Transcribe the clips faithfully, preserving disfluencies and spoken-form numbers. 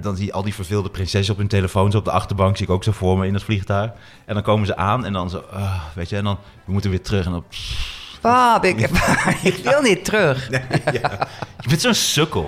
dan zie je al die verveelde prinsesjes op hun telefoons op de achterbank. Zie ik ook zo voor me in het vliegtuig. En dan komen ze aan en dan zo, uh, weet je, en dan we moeten weer terug. En dan... Pap, ik, ik wil niet terug. Nee, ja. Je bent zo'n sukkel.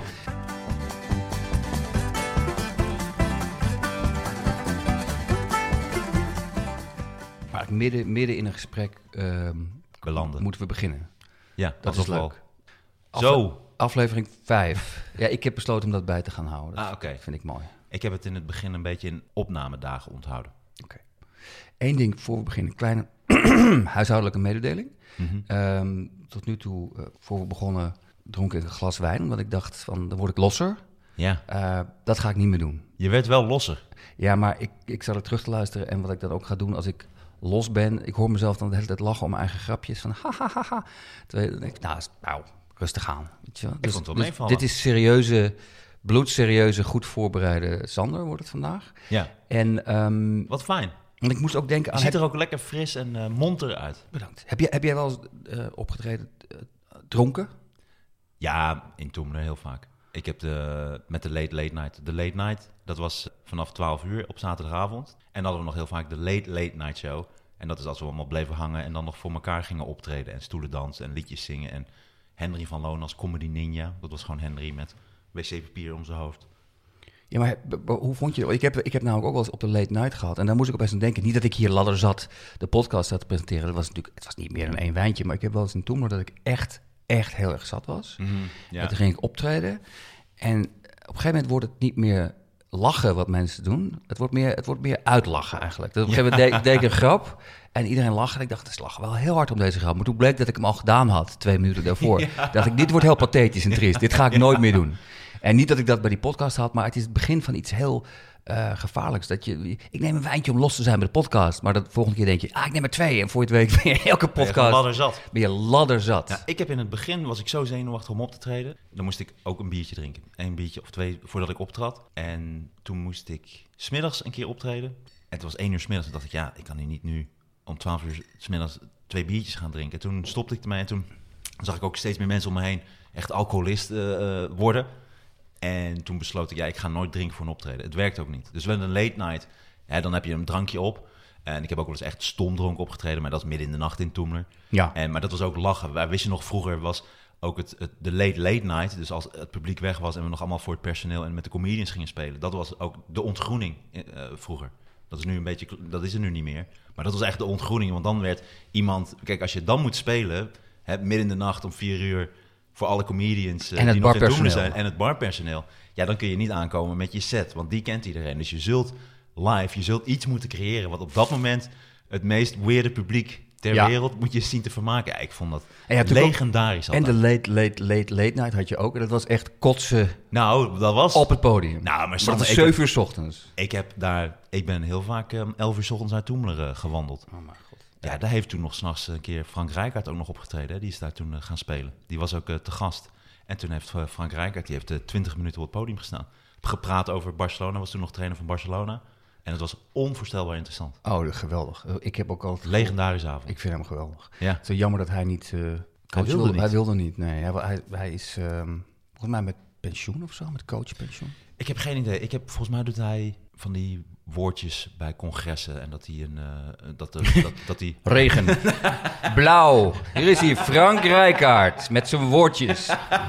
Maar midden, midden in een gesprek uh, belanden. Moeten we beginnen. Ja, dat is leuk. Afle- Zo. Aflevering vijf. Ja, ik heb besloten om dat bij te gaan houden. Dat ah, oké. vind ik mooi. Ik heb het in het begin een beetje in opnamedagen onthouden. Oké. Eén ding voor we beginnen. Kleine huishoudelijke mededeling. Mm-hmm. Um, tot nu toe, uh, voor we begonnen, dronk ik een glas wijn. Omdat ik dacht, van, dan word ik losser. Ja. Uh, dat ga ik niet meer doen. Je werd wel losser. Ja, maar ik, ik zat er terug te luisteren. En wat ik dan ook ga doen als ik los ben. Ik hoor mezelf dan de hele tijd lachen om mijn eigen grapjes. Van ha, ha, ha, ha. Terwijl dan denk ik, nou, nou, rustig aan. Weet je wel? Ik Dus, vond het wel dus meevallen. dit is serieuze, bloedserieuze, goed voorbereide Sander wordt het vandaag. Ja. En, um, wat fijn. Want ik moest ook denken aan... Je ziet er ook lekker fris en uh, monter uit. Bedankt. Heb, je, heb jij wel eens uh, opgetreden uh, dronken? Ja, in Toemler heel vaak. Ik heb de, met de late late night. De late night, dat was vanaf twaalf uur op zaterdagavond. En dan hadden we nog heel vaak de late late night show. En dat is als we allemaal bleven hangen en dan nog voor elkaar gingen optreden. En stoelen dansen en liedjes zingen. En Henry van Loon als comedy ninja. Dat was gewoon Henry met wc-papier om zijn hoofd. Ja, maar hoe vond je dat? Ik heb, ik heb namelijk ook wel eens op de late night gehad. En daar moest ik opeens aan denken. Niet dat ik hier ladder zat de podcast zat te presenteren. Dat was natuurlijk, het was niet meer dan één wijntje. Maar ik heb wel eens in Toemler dat ik echt, echt heel erg zat was. Mm-hmm, ja. En toen ging ik optreden. En op een gegeven moment wordt het niet meer lachen wat mensen doen. Het wordt meer, het wordt meer uitlachen eigenlijk. Dus op een gegeven moment deed, deed ik een grap en iedereen lachte. En ik dacht, ze lachen wel heel hard om deze grap. Maar toen bleek dat ik hem al gedaan had, twee minuten daarvoor. Ja. Dacht ik, dit wordt heel pathetisch en triest. Dit ga ik ja. nooit meer doen. En niet dat ik dat bij die podcast had, maar het is het begin van iets heel uh, gevaarlijks. Dat je, ik neem een wijntje om los te zijn bij de podcast. Maar de volgende keer denk je, ah, ik neem er twee. En voor je het weet ben je elke podcast... Ben je ladderzat. Ben je ladderzat. Ja, ik heb in het begin, was ik zo zenuwachtig om op te treden. Dan moest ik ook een biertje drinken. Eén biertje of twee voordat ik optrad. En toen moest ik 's middags een keer optreden. En het was één uur 's middags. En dacht ik, ja, ik kan hier niet nu om twaalf uur 's middags twee biertjes gaan drinken. Toen stopte ik ermee en toen zag ik ook steeds meer mensen om me heen echt alcoholist uh, uh, worden. En toen besloot ik, ja, ik ga nooit drinken voor een optreden. Het werkt ook niet. Dus met een late night, hè, dan heb je een drankje op. En ik heb ook wel eens echt stomdronken opgetreden, maar dat is midden in de nacht in Toemler. Ja. En, maar dat was ook lachen. Wij wisten nog, vroeger was ook het, het, de late late night. Dus als het publiek weg was en we nog allemaal voor het personeel en met de comedians gingen spelen. Dat was ook de ontgroening uh, vroeger. Dat is nu een beetje, dat is er nu niet meer. Maar dat was echt de ontgroening, want dan werd iemand... Kijk, als je dan moet spelen, hè, midden in de nacht om vier uur... voor alle comedians uh, die nog in Toemler zijn en het barpersoneel... ja, dan kun je niet aankomen met je set, want die kent iedereen. Dus je zult live, je zult iets moeten creëren... wat op dat moment het meest weirde publiek ter ja. wereld moet je zien te vermaken. Ja, ik vond dat legendarisch. Ook, en de late, late, late, late night had je ook. En dat was echt kotsen nou, dat was, op het podium. Nou, maar, maar dat was zeven uur 's ochtends. Ik heb daar, ik ben heel vaak um, elf uur 's ochtends uit Toemler uh, gewandeld. Oh mijn god. Ja, daar heeft toen nog 's nachts een keer Frank Rijkaard ook nog opgetreden. Hè? Die is daar toen uh, gaan spelen. Die was ook uh, te gast. En toen heeft uh, Frank Rijkaard, die heeft uh, twintig minuten op het podium gestaan. Gepraat over Barcelona, was toen nog trainer van Barcelona. En het was onvoorstelbaar interessant. Oh, geweldig. Ik heb ook altijd... Legendarische avond. Ik vind hem geweldig. Ja. Het is jammer dat hij niet... Uh, hij wilde niet. Hij wilde niet, nee. Hij, hij, hij is um, volgens mij met pensioen of zo, met coachpensioen. Ik heb geen idee. Ik heb, volgens mij doet hij van die woordjes bij congressen en dat hij een... Uh, dat, uh, dat, dat hij... Regen. Blauw. Hier is hij, Frank Rijkaard, met zijn woordjes.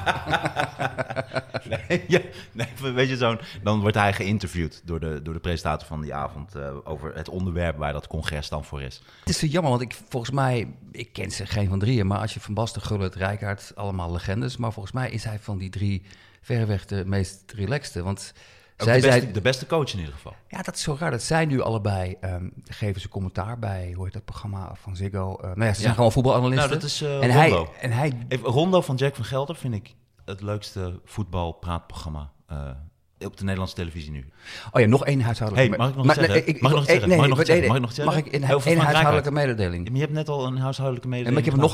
nee, ja, nee, weet je zo'n... Dan wordt hij geïnterviewd door de, door de presentator van die avond uh, over het onderwerp waar dat congres dan voor is. Het is zo jammer, want ik volgens mij... Ik ken ze geen van drieën, maar als je Van Basten, Gullit, Rijkaard, allemaal legendes. Maar volgens mij is hij van die drie verreweg de meest relaxste, want... Zij de, beste, zei, de beste coach in ieder geval. Ja, dat is zo raar. Dat zij nu allebei um, geven ze commentaar bij, hoe heet dat programma van Ziggo? Uh, nou ja, ze zijn ja. gewoon voetbalanalisten. Nou, dat is uh, en Rondo. Hij, en hij... Even, Rondo van Jack van Gelder vind ik het leukste voetbalpraatprogramma uh, op de Nederlandse televisie nu. Oh ja, nog één huishoudelijke... Hey, mag ik nog maar, zeggen? Nee, ik, mag ik nog zeggen? Mag ik nog zeggen? Mag ik nog zeggen? Mag ik één huishoudelijke mededeling? Je hebt net al een huishoudelijke mededeling. Ja, maar ik heb er nog één.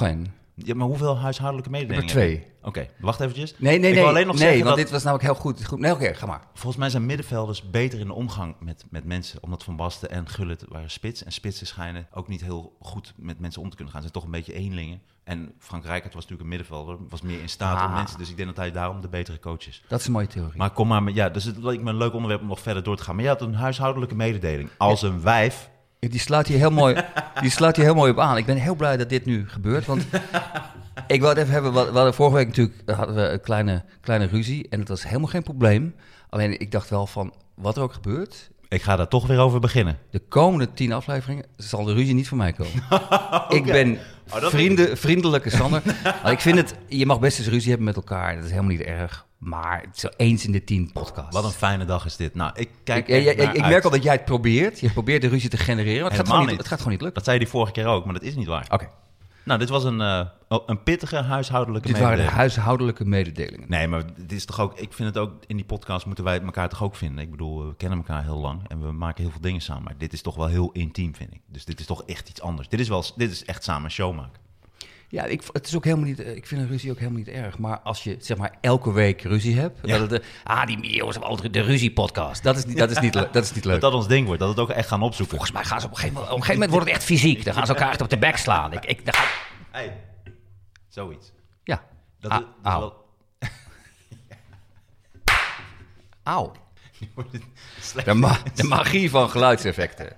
Ja, maar hoeveel huishoudelijke mededelingen? Nummer twee. Oké, okay, wacht eventjes. Nee, nee, ik nee. wil alleen nog nee, zeggen want dat... dit was namelijk heel goed. goed. Nee, oké, okay, ga maar. Volgens mij zijn middenvelders beter in de omgang met, met mensen. Omdat Van Basten en Gullit waren spits. En spitsen schijnen ook niet heel goed met mensen om te kunnen gaan. Ze zijn toch een beetje eenlingen. En Frank Rijkaard was natuurlijk een middenvelder. Was meer in staat ah. om mensen. Dus ik denk dat hij daarom de betere coach is. Dat is een mooie theorie. Maar kom maar met... Ja, dus het lijkt me een leuk onderwerp om nog verder door te gaan. Maar je had een huishoudelijke mededeling. Als ja. een wijf... Die slaat hier heel mooi, die slaat hier heel mooi op aan. Ik ben heel blij dat dit nu gebeurt. Want ik wil het even hebben. We hadden vorige week natuurlijk hadden we een kleine, kleine ruzie. En dat was helemaal geen probleem. Alleen ik dacht wel van wat er ook gebeurt. Ik ga daar toch weer over beginnen. De komende tien afleveringen zal de ruzie niet van mij komen. Okay. Ik ben oh, vrienden, vriendelijke Sander. Maar ik vind het, je mag best eens ruzie hebben met elkaar. Dat is helemaal niet erg. Maar het is zo eens in de tien podcast. Wat een fijne dag is dit. Nou, ik kijk Ik, ik, ik, ik merk al dat jij het probeert. Je probeert de ruzie te genereren. Maar het, gaat gewoon, niet, het gaat gewoon niet lukken. Dat zei je die vorige keer ook, maar dat is niet waar. Oké. Okay. Nou, dit was een, uh, een pittige huishoudelijke dit mededeling. Dit waren de huishoudelijke mededelingen. Nee, maar dit is toch ook... Ik vind het ook... In die podcast moeten wij elkaar toch ook vinden. Ik bedoel, we kennen elkaar heel lang. En we maken heel veel dingen samen. Maar dit is toch wel heel intiem, vind ik. Dus dit is toch echt iets anders. Dit is, wel, dit is echt samen een show maken. Ja, ik, het is ook helemaal niet, ik vind een ruzie ook helemaal niet erg. Maar als je zeg maar elke week ruzie hebt... Ja. Dat het, ah, die jongens hebben altijd de ruzie-podcast. Dat is, niet, dat, is niet, dat is niet leuk. Dat dat ons ding wordt, dat het ook echt gaan opzoeken. Volgens mij gaan ze op een gegeven moment... Op een gegeven moment wordt het echt fysiek. Dan gaan ze elkaar echt op de bek slaan. Ik, ik, dan ga... Hey, zoiets. Ja. Dat, ah, dat is wel... Auw. De, ma- de magie van geluidseffecten.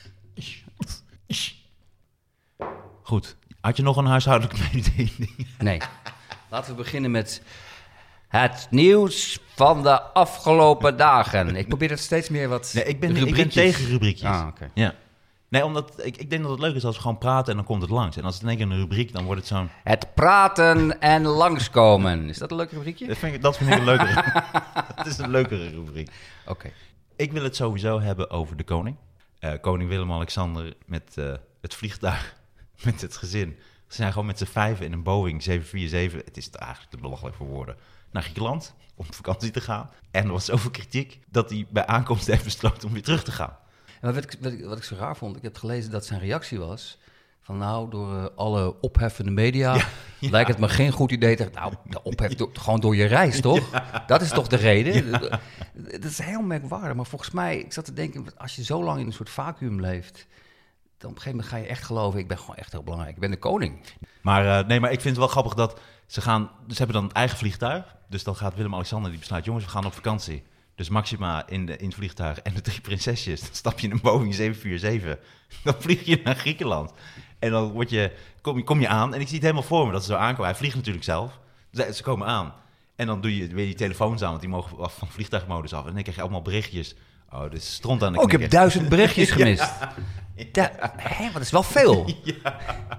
Goed. Had je nog een huishoudelijke mededeling? Nee. Laten we beginnen met het nieuws van de afgelopen dagen. Ik probeer het steeds meer wat nee, ik ben, ik ben tegen rubriekjes. Ah, okay. Ja. Nee, omdat ik, ik denk dat het leuk is als we gewoon praten en dan komt het langs. En als het in één keer een rubriek, dan wordt het zo'n... Het praten en langskomen. Is dat een leuk rubriekje? Dat vind ik, dat vind ik een leukere. Dat is een leukere rubriek. Oké. Okay. Ik wil het sowieso hebben over de koning. Uh, koning Willem-Alexander met uh, het vliegtuig, met het gezin. Ze zijn gewoon met z'n vijven in een Boeing zeven vier zeven. Het is eigenlijk te belachelijk voor woorden. Naar Griekenland om op vakantie te gaan. En er was zoveel kritiek dat hij bij aankomst heeft besloten om weer terug te gaan. Maar wat ik, wat, ik, wat ik zo raar vond, ik heb gelezen dat zijn reactie was... van nou, door uh, alle opheffende media ja, ja. lijkt het me geen goed idee... Te, nou, de ophef door, gewoon door je reis, toch? Ja. Dat is toch de reden? Ja. Dat is heel merkwaardig, maar volgens mij... ik zat te denken, als je zo lang in een soort vacuüm leeft... dan op een gegeven moment ga je echt geloven... ik ben gewoon echt heel belangrijk, ik ben de koning. Maar uh, nee, maar ik vind het wel grappig dat ze gaan... ze hebben dan het eigen vliegtuig... dus dan gaat Willem-Alexander die besluit... jongens, we gaan op vakantie... Dus Maxima in, de, in het vliegtuig en de drie prinsesjes. Dan stap je in een Boeing zeven vier zeven. Dan vlieg je naar Griekenland. En dan word je, kom, je, kom je aan. En ik zie het helemaal voor me dat ze zo aankomen. Hij vliegt natuurlijk zelf. Dus ze komen aan. En dan doe je weer die telefoons aan. Want die mogen af van vliegtuigmodus af. En dan krijg je allemaal berichtjes. Oh, dit is stront aan de knikken. Oh, ik heb duizend berichtjes gemist. ja. Da- Hé, wat is wel veel. ja.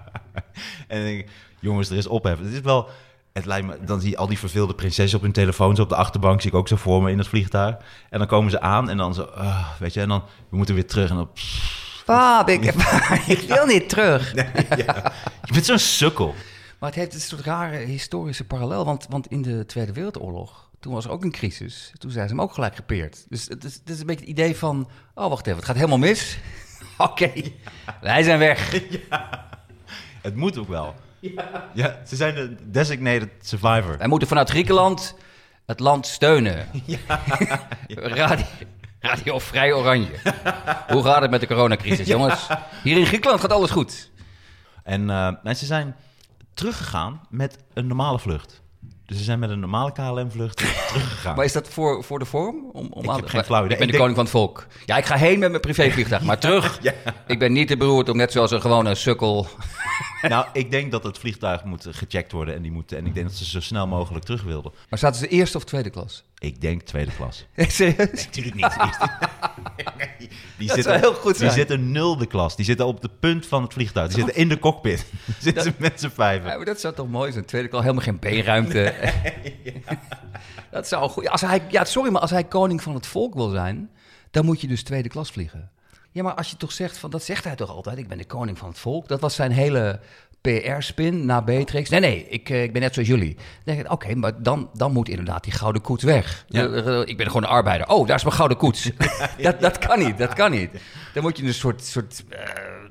En dan denk ik, jongens, er is ophef. Het is wel... Het lijkt me, dan zie je al die verveelde prinsessen op hun telefoons op de achterbank. Zie ik ook zo voor me in het vliegtuig. En dan komen ze aan en dan zo, uh, weet je, en dan we moeten weer terug. En dan, Pap, ik, ik wil niet terug. Nee, ja. Je bent zo'n sukkel. Maar het heeft een soort rare historische parallel. Want, want in de Tweede Wereldoorlog, toen was er ook een crisis. Toen zijn ze hem ook gelijk gepeerd. Dus het is, het is een beetje het idee van, oh wacht even, het gaat helemaal mis. Oké, okay. ja. Wij zijn weg. Ja. Het moet ook wel. Ja. ja, ze zijn de designated survivor. Wij moeten vanuit Griekenland het land steunen. Ja. Ja. Radio, Radio Vrij Oranje. Hoe gaat het met de coronacrisis, ja. jongens? Hier in Griekenland gaat alles goed. En, uh, en ze zijn teruggegaan met een normale vlucht. Dus ze zijn met een normale K L M-vlucht teruggegaan. Maar is dat voor, voor de vorm? Om, om ik aan... heb geen flauw idee. Ik ben de koning van het volk. Ja, ik ga heen met mijn privévliegtuig, maar terug. ja. Ik ben niet te beroerd om net zoals een gewone sukkel... Nou, ik denk dat het vliegtuig moet gecheckt worden en die moeten, en ik denk dat ze zo snel mogelijk terug wilden. Maar zaten ze eerste of tweede klas? Ik denk tweede klas. Serieus? Natuurlijk niet. nee, die dat zitten, zou heel goed zijn. Die zitten nulde klas. Die zitten op de punt van het vliegtuig. Die zitten in de cockpit. zitten dat, ze met z'n vijven. Ja, maar dat zou toch mooi zijn? Tweede klas, helemaal geen beenruimte. Nee, ja. Dat zou goed. Als hij, ja, sorry, maar als hij koning van het volk wil zijn, dan moet je dus tweede klas vliegen. Ja, maar als je toch zegt, van, dat zegt hij toch altijd, ik ben de koning van het volk. Dat was zijn hele P R-spin na Beatrix. Nee, nee, ik, ik ben net zoals jullie. Dan denk ik, oké, okay, maar dan, dan moet inderdaad die gouden koets weg. Ja. Uh, ik ben gewoon een arbeider. Oh, daar is mijn gouden koets. Ja, dat, dat kan niet, dat kan niet. Dan moet je een soort, soort uh,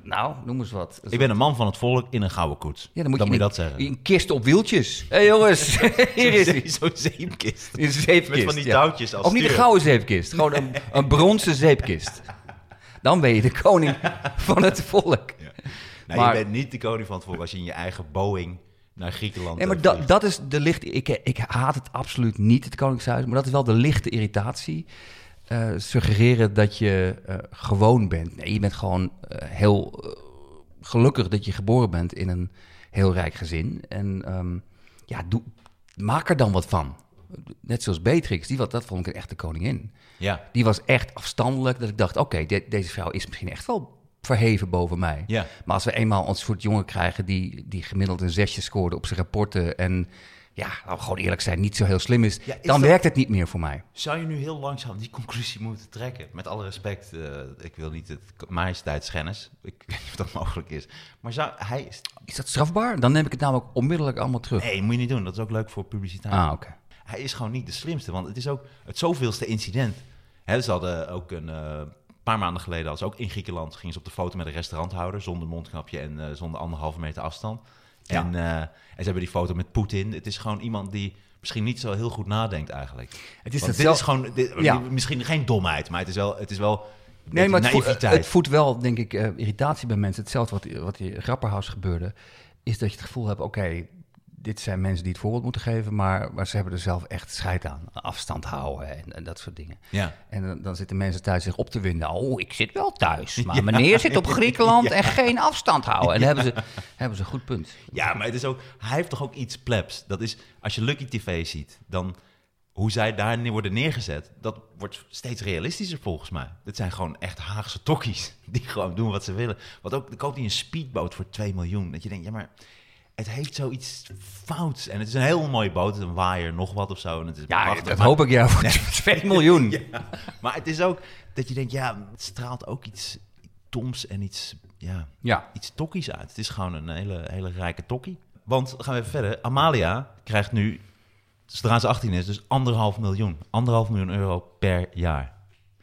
nou, noem eens wat. Ik ben een man van het volk in een gouden koets. Ja, dan moet dan je, moet je in, dat zeggen. Een kist op wieltjes. Hé hey, jongens, hier is hij. Zo'n zeepkist. Een zeepkist. Met van die ja. touwtjes als Of niet een stuur. gouden zeepkist. Gewoon een, een bronzen zeepkist. Dan ben je de koning van het volk. Ja. Nou, Maar- je bent niet de koning van het volk als je in je eigen Boeing naar Griekenland Nee, maar eh, dat, vliegt. dat is de lichte... Ik, ik haat het absoluut niet, het Koningshuis. Maar dat is wel de lichte irritatie. Eh, suggereren dat je eh, gewoon bent. Nee, je bent gewoon eh, heel eh, gelukkig dat je geboren bent in een heel rijk gezin. En ehm, ja, doe, maak er dan wat van. Net zoals Beatrix, die, wat, dat vond ik een echte koningin. Ja, Die was echt afstandelijk. Dat ik dacht, oké, de- deze vrouw is misschien echt wel verheven boven mij. ja. Maar als we eenmaal ons soort jongen krijgen die, die gemiddeld een zesje scoorde op zijn rapporten en ja, laten we gewoon eerlijk zijn, niet zo heel slim is, Ja, is dan dat- werkt het niet meer voor mij. Zou je nu heel langzaam die conclusie moeten trekken? Met alle respect, eh, ik wil niet het majesteitsschennis. Ik weet niet of dat mogelijk is. Maar zou, hij is... Is dat strafbaar? Dan neem ik het namelijk onmiddellijk allemaal terug. Nee, moet je niet doen. Dat is ook leuk voor publiciteit. Ah, oké. Hij is gewoon niet de slimste, want het is ook het zoveelste incident. Hè, ze hadden ook een eh, paar maanden geleden, als ook in Griekenland, gingen ze op de foto met een restauranthouder zonder mondkapje en eh, zonder anderhalve meter afstand. Ja. En, eh, en ze hebben die foto met Poetin. Het is gewoon iemand die misschien niet zo heel goed nadenkt eigenlijk. Het is Want dat dit is zelf- gewoon, dit- Ja. misschien geen domheid, maar het is wel, het is wel een Nee, maar beetje het, vo- naïviteit. het voedt wel, denk ik, eh, irritatie bij mensen. Hetzelfde wat, wat in Grapperhaus gebeurde, is dat je het gevoel hebt, oké, dit zijn mensen die het voorbeeld moeten geven, maar, maar ze hebben er zelf echt scheid aan. Afstand houden en, en dat soort dingen. Ja. En dan, dan zitten mensen thuis zich op te winden. Oh, ik zit wel thuis, maar meneer zit op Griekenland en geen afstand houden. En dan hebben ze, hebben ze een goed punt. Ja, maar het is ook, hij heeft toch ook iets plebs. Dat is, als je Lucky T V ziet, dan hoe zij daar neer worden neergezet, dat wordt steeds realistischer volgens mij. Dit zijn gewoon echt Haagse tokkies die gewoon doen wat ze willen. Wat ook, dan koopt hij een speedboot voor twee miljoen. Dat je denkt, ja, maar het heeft zoiets fouts. En het is een heel mooie boot, een waaier, nog wat of zo. En het is Ja, prachtig, dat maar- hoop ik ja voor twee miljoen. Ja, maar het is ook dat je denkt, ja, het straalt ook iets doms en iets, ja, Ja. iets tokkies uit. Het is gewoon een hele, hele rijke tokkie. Want, dan gaan we even verder. Amalia krijgt nu, zodra ze achttien is, dus anderhalf miljoen. Anderhalf miljoen euro per jaar.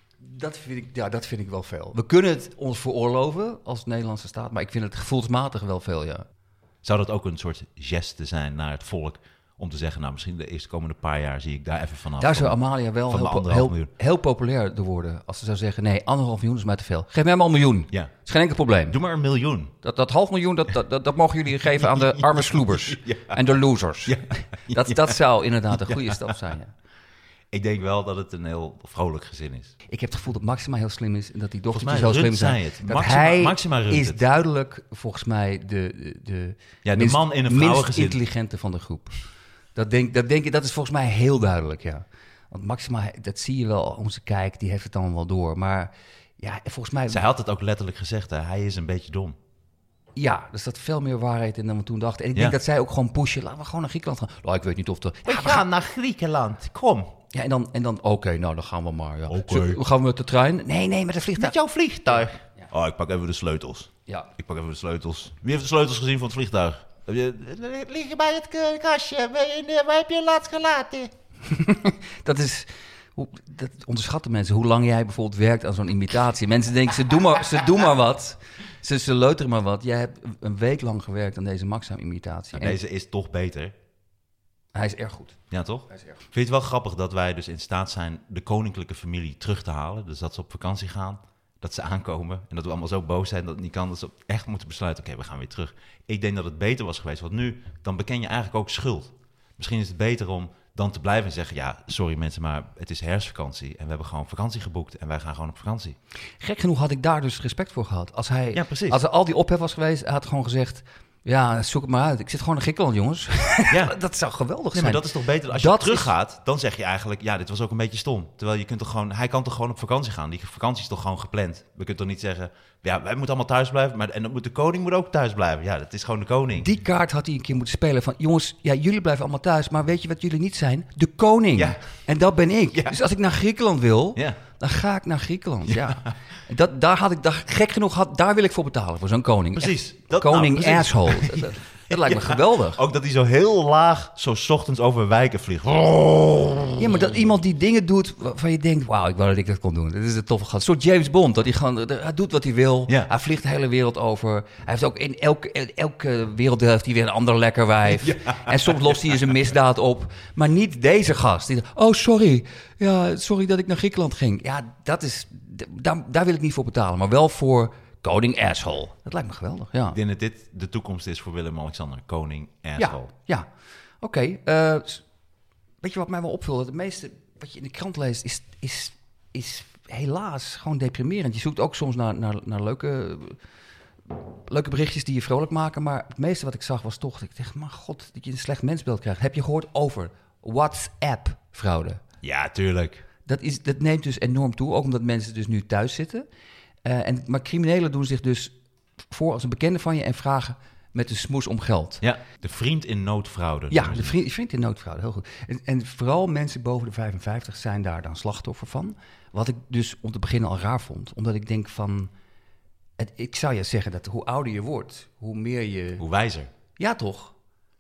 Dat vind, ik, ja, dat vind ik wel veel. We kunnen het ons veroorloven als Nederlandse staat, maar ik vind het gevoelsmatig wel veel, ja. Zou dat ook een soort geste zijn naar het volk om te zeggen, nou, misschien de eerste komende paar jaar zie ik daar even vanaf. Daar zou Van- Amalia wel van de heel, po- anderhalf heel, miljoen. heel populair door worden. Als ze zou zeggen, nee, anderhalf miljoen is mij te veel. Geef mij maar een miljoen. Ja, Dat is geen enkel probleem. doe maar een miljoen. Dat, dat half miljoen, dat, dat, dat, dat mogen jullie geven aan de arme sloebers. Ja. En de losers. Ja. Dat, dat zou inderdaad een goede stap zijn, ja. Ik denk wel dat het een heel vrolijk gezin is. Ik heb het gevoel dat Maxima heel slim is en dat die dochtertjes Volgens zo mij slim runt zijn. zij het. Dat Maxima- hij Maxima runt is het. duidelijk volgens mij de, de, de, Ja, de minst, man in een minst vrouwengezin. intelligente van de groep. Dat denk, dat denk ik, dat is volgens mij heel duidelijk, ja. Want Maxima, dat zie je wel, hoe ze kijkt, die heeft het dan wel door. Maar ja, volgens mij... Zij had het ook letterlijk gezegd, hè? Hij is een beetje dom. Ja, er staat veel meer waarheid in dan we toen dachten. En ik Ja. denk dat zij ook gewoon pushen. Laten we gewoon naar Griekenland gaan. Nou, ik weet niet of er... We gaan naar Griekenland, kom. Ja, en dan, en dan oké, nou, dan gaan we maar. Ja. Oké. Zo, gaan we met de trein? Nee, nee, met de vliegtuig. Met jouw vliegtuig. Oh, ik pak even de sleutels. Ja. Ik pak even de sleutels. Wie heeft de sleutels gezien van het vliegtuig? Heb je... Liggen bij het eh, kastje. Waar waar heb je laatst gelaten? Dat is... hoe- Dat onderschatten mensen hoe lang jij bijvoorbeeld werkt aan zo'n imitatie. Mensen denken, ze doen maar, ze doen maar wat. Ze, ze leuteren maar wat. Jij hebt een week lang gewerkt aan deze Maxima-imitatie. Nou, En deze is toch beter. hij is erg goed. Ja, toch? Hij is erg goed. Vind je het wel grappig dat wij dus in staat zijn de koninklijke familie terug te halen? Dus dat ze op vakantie gaan, dat ze aankomen en dat we allemaal zo boos zijn dat het niet kan. Dat ze echt moeten besluiten, oké, we gaan weer terug. Ik denk dat het beter was geweest, want nu, dan beken je eigenlijk ook schuld. Misschien is het beter om dan te blijven en zeggen, ja, sorry mensen, maar het is herfstvakantie en we hebben gewoon vakantie geboekt en wij gaan gewoon op vakantie. Gek genoeg had ik daar dus respect voor gehad. Als hij, Ja, precies. als er al die ophef was geweest, hij had gewoon gezegd... Ja, zoek het maar uit. Ik zit gewoon in Griekenland, jongens. Ja. Dat zou geweldig Nee, zijn. maar dat is toch beter als je Dat teruggaat, dan zeg je eigenlijk, ja, dit was ook een beetje stom. Terwijl je kunt toch gewoon, hij kan toch gewoon op vakantie gaan. Die vakantie is toch gewoon gepland. We kunnen toch niet zeggen, ja, wij moeten allemaal thuis blijven, maar en dan moet de koning moet ook thuis blijven. Ja, dat is gewoon de koning. Die kaart had hij een keer moeten spelen van... jongens, ja, jullie blijven allemaal thuis... maar weet je wat jullie niet zijn? De koning. Ja. En dat ben ik. Ja. Dus als ik naar Griekenland wil... Ja. dan ga ik naar Griekenland, ja. En Dat, daar had ik, daar, gek genoeg, had, daar wil ik voor betalen, voor zo'n koning. Precies. Echt, Dat- koning nou, precies. asshole. Dat- Dat lijkt me geweldig. Ook dat hij zo heel laag, zo 's ochtends over wijken vliegt. Ja, maar dat iemand die dingen doet waarvan je denkt... wauw, ik wou dat ik dat kon doen. Dat is een toffe gast. Een soort James Bond, dat hij gewoon... Hij doet wat hij wil. Ja. Hij vliegt de hele wereld over. Hij heeft ook in elke, in elke werelddeel heeft hij weer een ander lekker wijf. Ja. En soms lost hij eens een misdaad op. Maar niet deze gast. Die zegt, oh, sorry. Ja, sorry dat ik naar Griekenland ging. Ja, dat is... Daar, daar wil ik niet voor betalen. Maar wel voor... Koning asshole. Dat lijkt me geweldig, ja. Ik denk dat dit de toekomst is voor Willem-Alexander. Koning asshole. Ja, ja. Oké. Okay, uh, weet je wat mij wel opvult? Het meeste wat je in de krant leest is, is, is helaas gewoon deprimerend. Je zoekt ook soms naar, naar, naar leuke, leuke berichtjes die je vrolijk maken. Maar het meeste wat ik zag was toch... Ik dacht, maar god, dat je een slecht mensbeeld krijgt. Heb je gehoord over WhatsApp-fraude? Ja, tuurlijk. Dat, is, dat neemt dus enorm toe. Ook omdat mensen dus nu thuis zitten... Uh, en, maar criminelen doen zich dus voor als een bekende van je... en vragen met een smoes om geld. Ja, de vriend in noodfraude. Ja, de vriend, vriend in noodfraude, heel goed. En, en vooral mensen boven de vijfenvijftig zijn daar dan slachtoffer van. Wat ik dus om te beginnen al raar vond. Omdat ik denk van... Het, ik zou je zeggen dat hoe ouder je wordt, hoe meer je... Hoe wijzer. Ja, toch?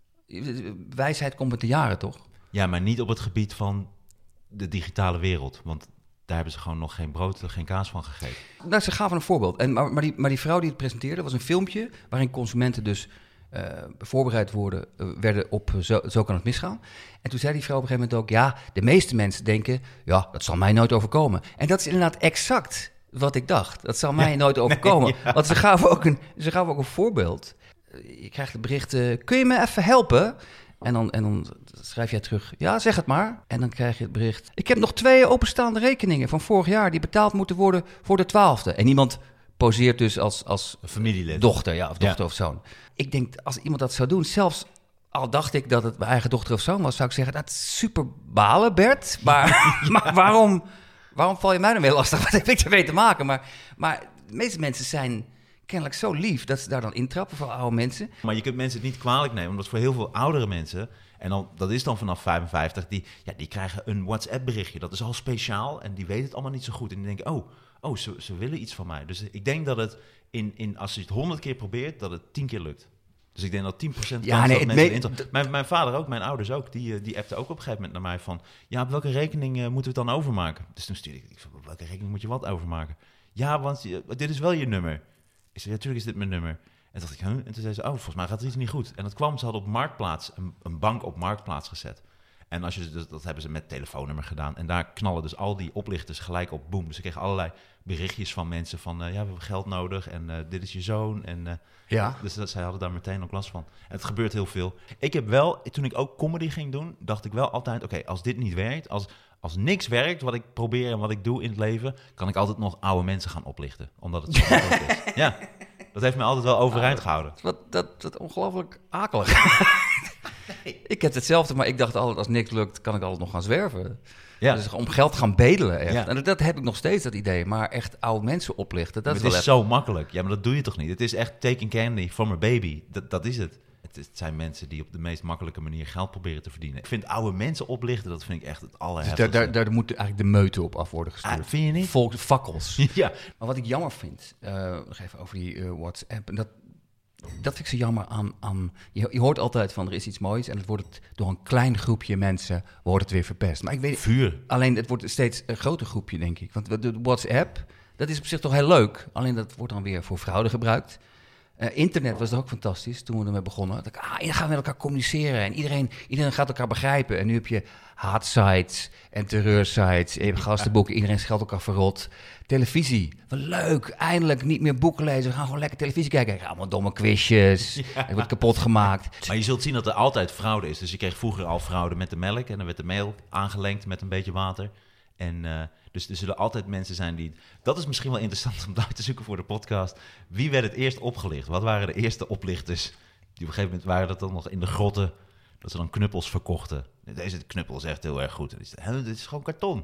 Wijsheid komt met de jaren, toch? Ja, maar niet op het gebied van de digitale wereld. Want... daar hebben ze gewoon nog geen brood, geen kaas van gegeten. Nou, ze gaven een voorbeeld. En, maar, maar, die, maar die vrouw die het presenteerde, was een filmpje... waarin consumenten dus uh, voorbereid worden, uh, werden op zo, zo kan het misgaan. En toen zei die vrouw op een gegeven moment ook... ja, de meeste mensen denken, ja, dat zal mij nooit overkomen. En dat is inderdaad exact wat ik dacht. Dat zal mij ja, nooit overkomen. Nee, ja. Want ze gaven, ook een, ze gaven ook een voorbeeld. Je krijgt het bericht, uh, kun je me even helpen... En dan, en dan schrijf jij terug, ja, zeg het maar. En dan krijg je het bericht... ik heb nog twee openstaande rekeningen van vorig jaar... die betaald moeten worden voor de twaalfde. En iemand poseert dus als, als familielid. Dochter, ja, of dochter ja. of zoon. Ik denk, als iemand dat zou doen... zelfs al dacht ik dat het mijn eigen dochter of zoon was... zou ik zeggen, dat is super balen, Bert. Maar, ja. maar waarom, waarom val je mij dan weer lastig? Wat heb ik ermee te maken? Maar, maar de meeste mensen zijn... kennelijk zo lief dat ze daar dan intrappen voor oude mensen. Maar je kunt mensen het niet kwalijk nemen, omdat voor heel veel oudere mensen... en dan, dat is dan vanaf vijfenvijftig, die, ja, die krijgen een WhatsApp-berichtje. Dat is al speciaal en die weten het allemaal niet zo goed. En die denken, oh, oh ze, ze willen iets van mij. Dus ik denk dat het, in, in, als je het honderd keer probeert, dat het tien keer lukt. Dus ik denk dat tien procent ja, kans nee, dat mensen... Me- inter- d- mijn, mijn vader ook, mijn ouders ook, die, die appten ook op een gegeven moment naar mij van... ja, op welke rekening uh, moeten we het dan overmaken? Dus toen stuurde ik, ik zei, op welke rekening moet je wat overmaken? Ja, want uh, dit is wel je nummer. Ik zei, ja, natuurlijk is dit mijn nummer. En toen dacht ik, huh? En toen zei ze, oh, volgens mij gaat er iets niet goed. En dat kwam, ze hadden op Marktplaats, een, een bank op Marktplaats gezet. En als je, dus, dat hebben ze met telefoonnummer gedaan. En daar knallen dus al die oplichters gelijk op, boem. Dus ze kregen allerlei berichtjes van mensen van, uh, ja, we hebben geld nodig en uh, dit is je zoon. En, uh, ja. Dus dat, zij hadden daar meteen ook last van. En het gebeurt heel veel. Ik heb wel, toen ik ook comedy ging doen, dacht ik wel altijd, oké, okay, als dit niet werkt, als... Als niks werkt, wat ik probeer en wat ik doe in het leven... kan ik altijd nog oude mensen gaan oplichten. Omdat het zo makkelijk is. Ja, dat heeft mij altijd wel overeind gehouden. Wat, dat, dat ongelooflijk akelig. Nee. Ik heb hetzelfde, maar ik dacht altijd... als niks lukt, kan ik altijd nog gaan zwerven. Ja. Dus om geld gaan bedelen, echt. Ja. En dat heb ik nog steeds, dat idee. Maar echt oude mensen oplichten, dat is wel Het is echt... zo makkelijk. Ja, maar dat doe je toch niet? Het is echt taking candy from a baby. Dat, dat is het. Het zijn mensen die op de meest makkelijke manier geld proberen te verdienen. Ik vind oude mensen oplichten, dat vind ik echt het allerheftigste. Dus daar, daar, daar moet eigenlijk de meute op af worden gestuurd. Ah, vind je niet? Volks, fakkels. Ja. Maar wat ik jammer vind, uh, nog even over die uh, WhatsApp... En dat, dat vind ik zo jammer aan... aan je, je hoort altijd van, er is iets moois... en het wordt het, door een klein groepje mensen wordt het weer verpest. Maar ik weet, Vuur. Alleen, het wordt steeds een groter groepje, denk ik. Want de WhatsApp, dat is op zich toch heel leuk. Alleen dat wordt dan weer voor fraude gebruikt... Uh, internet was ook fantastisch toen we ermee begonnen. Dat ik, ah, dan gaan we met elkaar communiceren en iedereen, iedereen gaat elkaar begrijpen. En nu heb je haatsites en terreursites, je hebt gastenboeken, iedereen scheldt elkaar verrot. Televisie, wat leuk, eindelijk niet meer boeken lezen, we gaan gewoon lekker televisie kijken. Allemaal domme quizjes, ja. Het wordt kapot gemaakt. Maar je zult zien dat er altijd fraude is. Dus je kreeg vroeger al fraude met de melk en dan werd de meel aangelengd met een beetje water. En uh, dus er zullen altijd mensen zijn die... Dat is misschien wel interessant om uit te zoeken voor de podcast. Wie werd het eerst opgelicht? Wat waren de eerste oplichters? Die op een gegeven moment waren dat dan nog in de grotten... dat ze dan knuppels verkochten. Deze knuppel is echt heel erg goed. Dit is gewoon karton.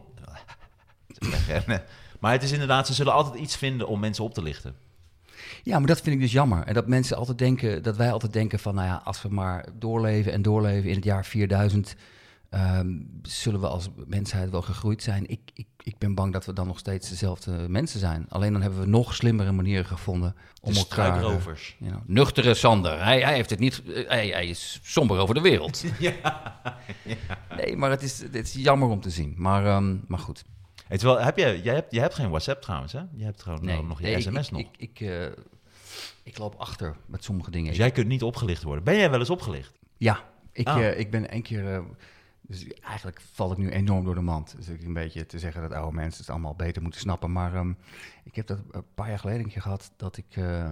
Maar het is inderdaad, ze zullen altijd iets vinden om mensen op te lichten. Ja, maar dat vind ik dus jammer. En dat mensen altijd denken, dat wij altijd denken van... nou ja, als we maar doorleven en doorleven in het jaar vierduizend... Um, zullen we als mensheid wel gegroeid zijn? Ik, ik, ik ben bang dat we dan nog steeds dezelfde mensen zijn. Alleen dan hebben we nog slimmere manieren gevonden om de elkaar... De struikrovers. You know, nuchtere Sander, hij, hij heeft het niet... Hij, hij is somber over de wereld. ja, ja. Nee, maar het is, het is jammer om te zien. Maar, um, maar goed. Hey, terwijl, heb je, jij, hebt, jij hebt geen WhatsApp trouwens, hè? Je hebt gewoon nee, nog je nee, sms ik, nog. Ik, ik, uh, ik loop achter met sommige dingen. Dus jij kunt niet opgelicht worden. Ben jij wel eens opgelicht? Ja, ik, oh. uh, ik ben één keer... Uh, dus eigenlijk val ik nu enorm door de mand. Dus ik een beetje te zeggen dat oude mensen het allemaal beter moeten snappen. Maar um, ik heb dat een paar jaar geleden een keer gehad dat ik... Uh,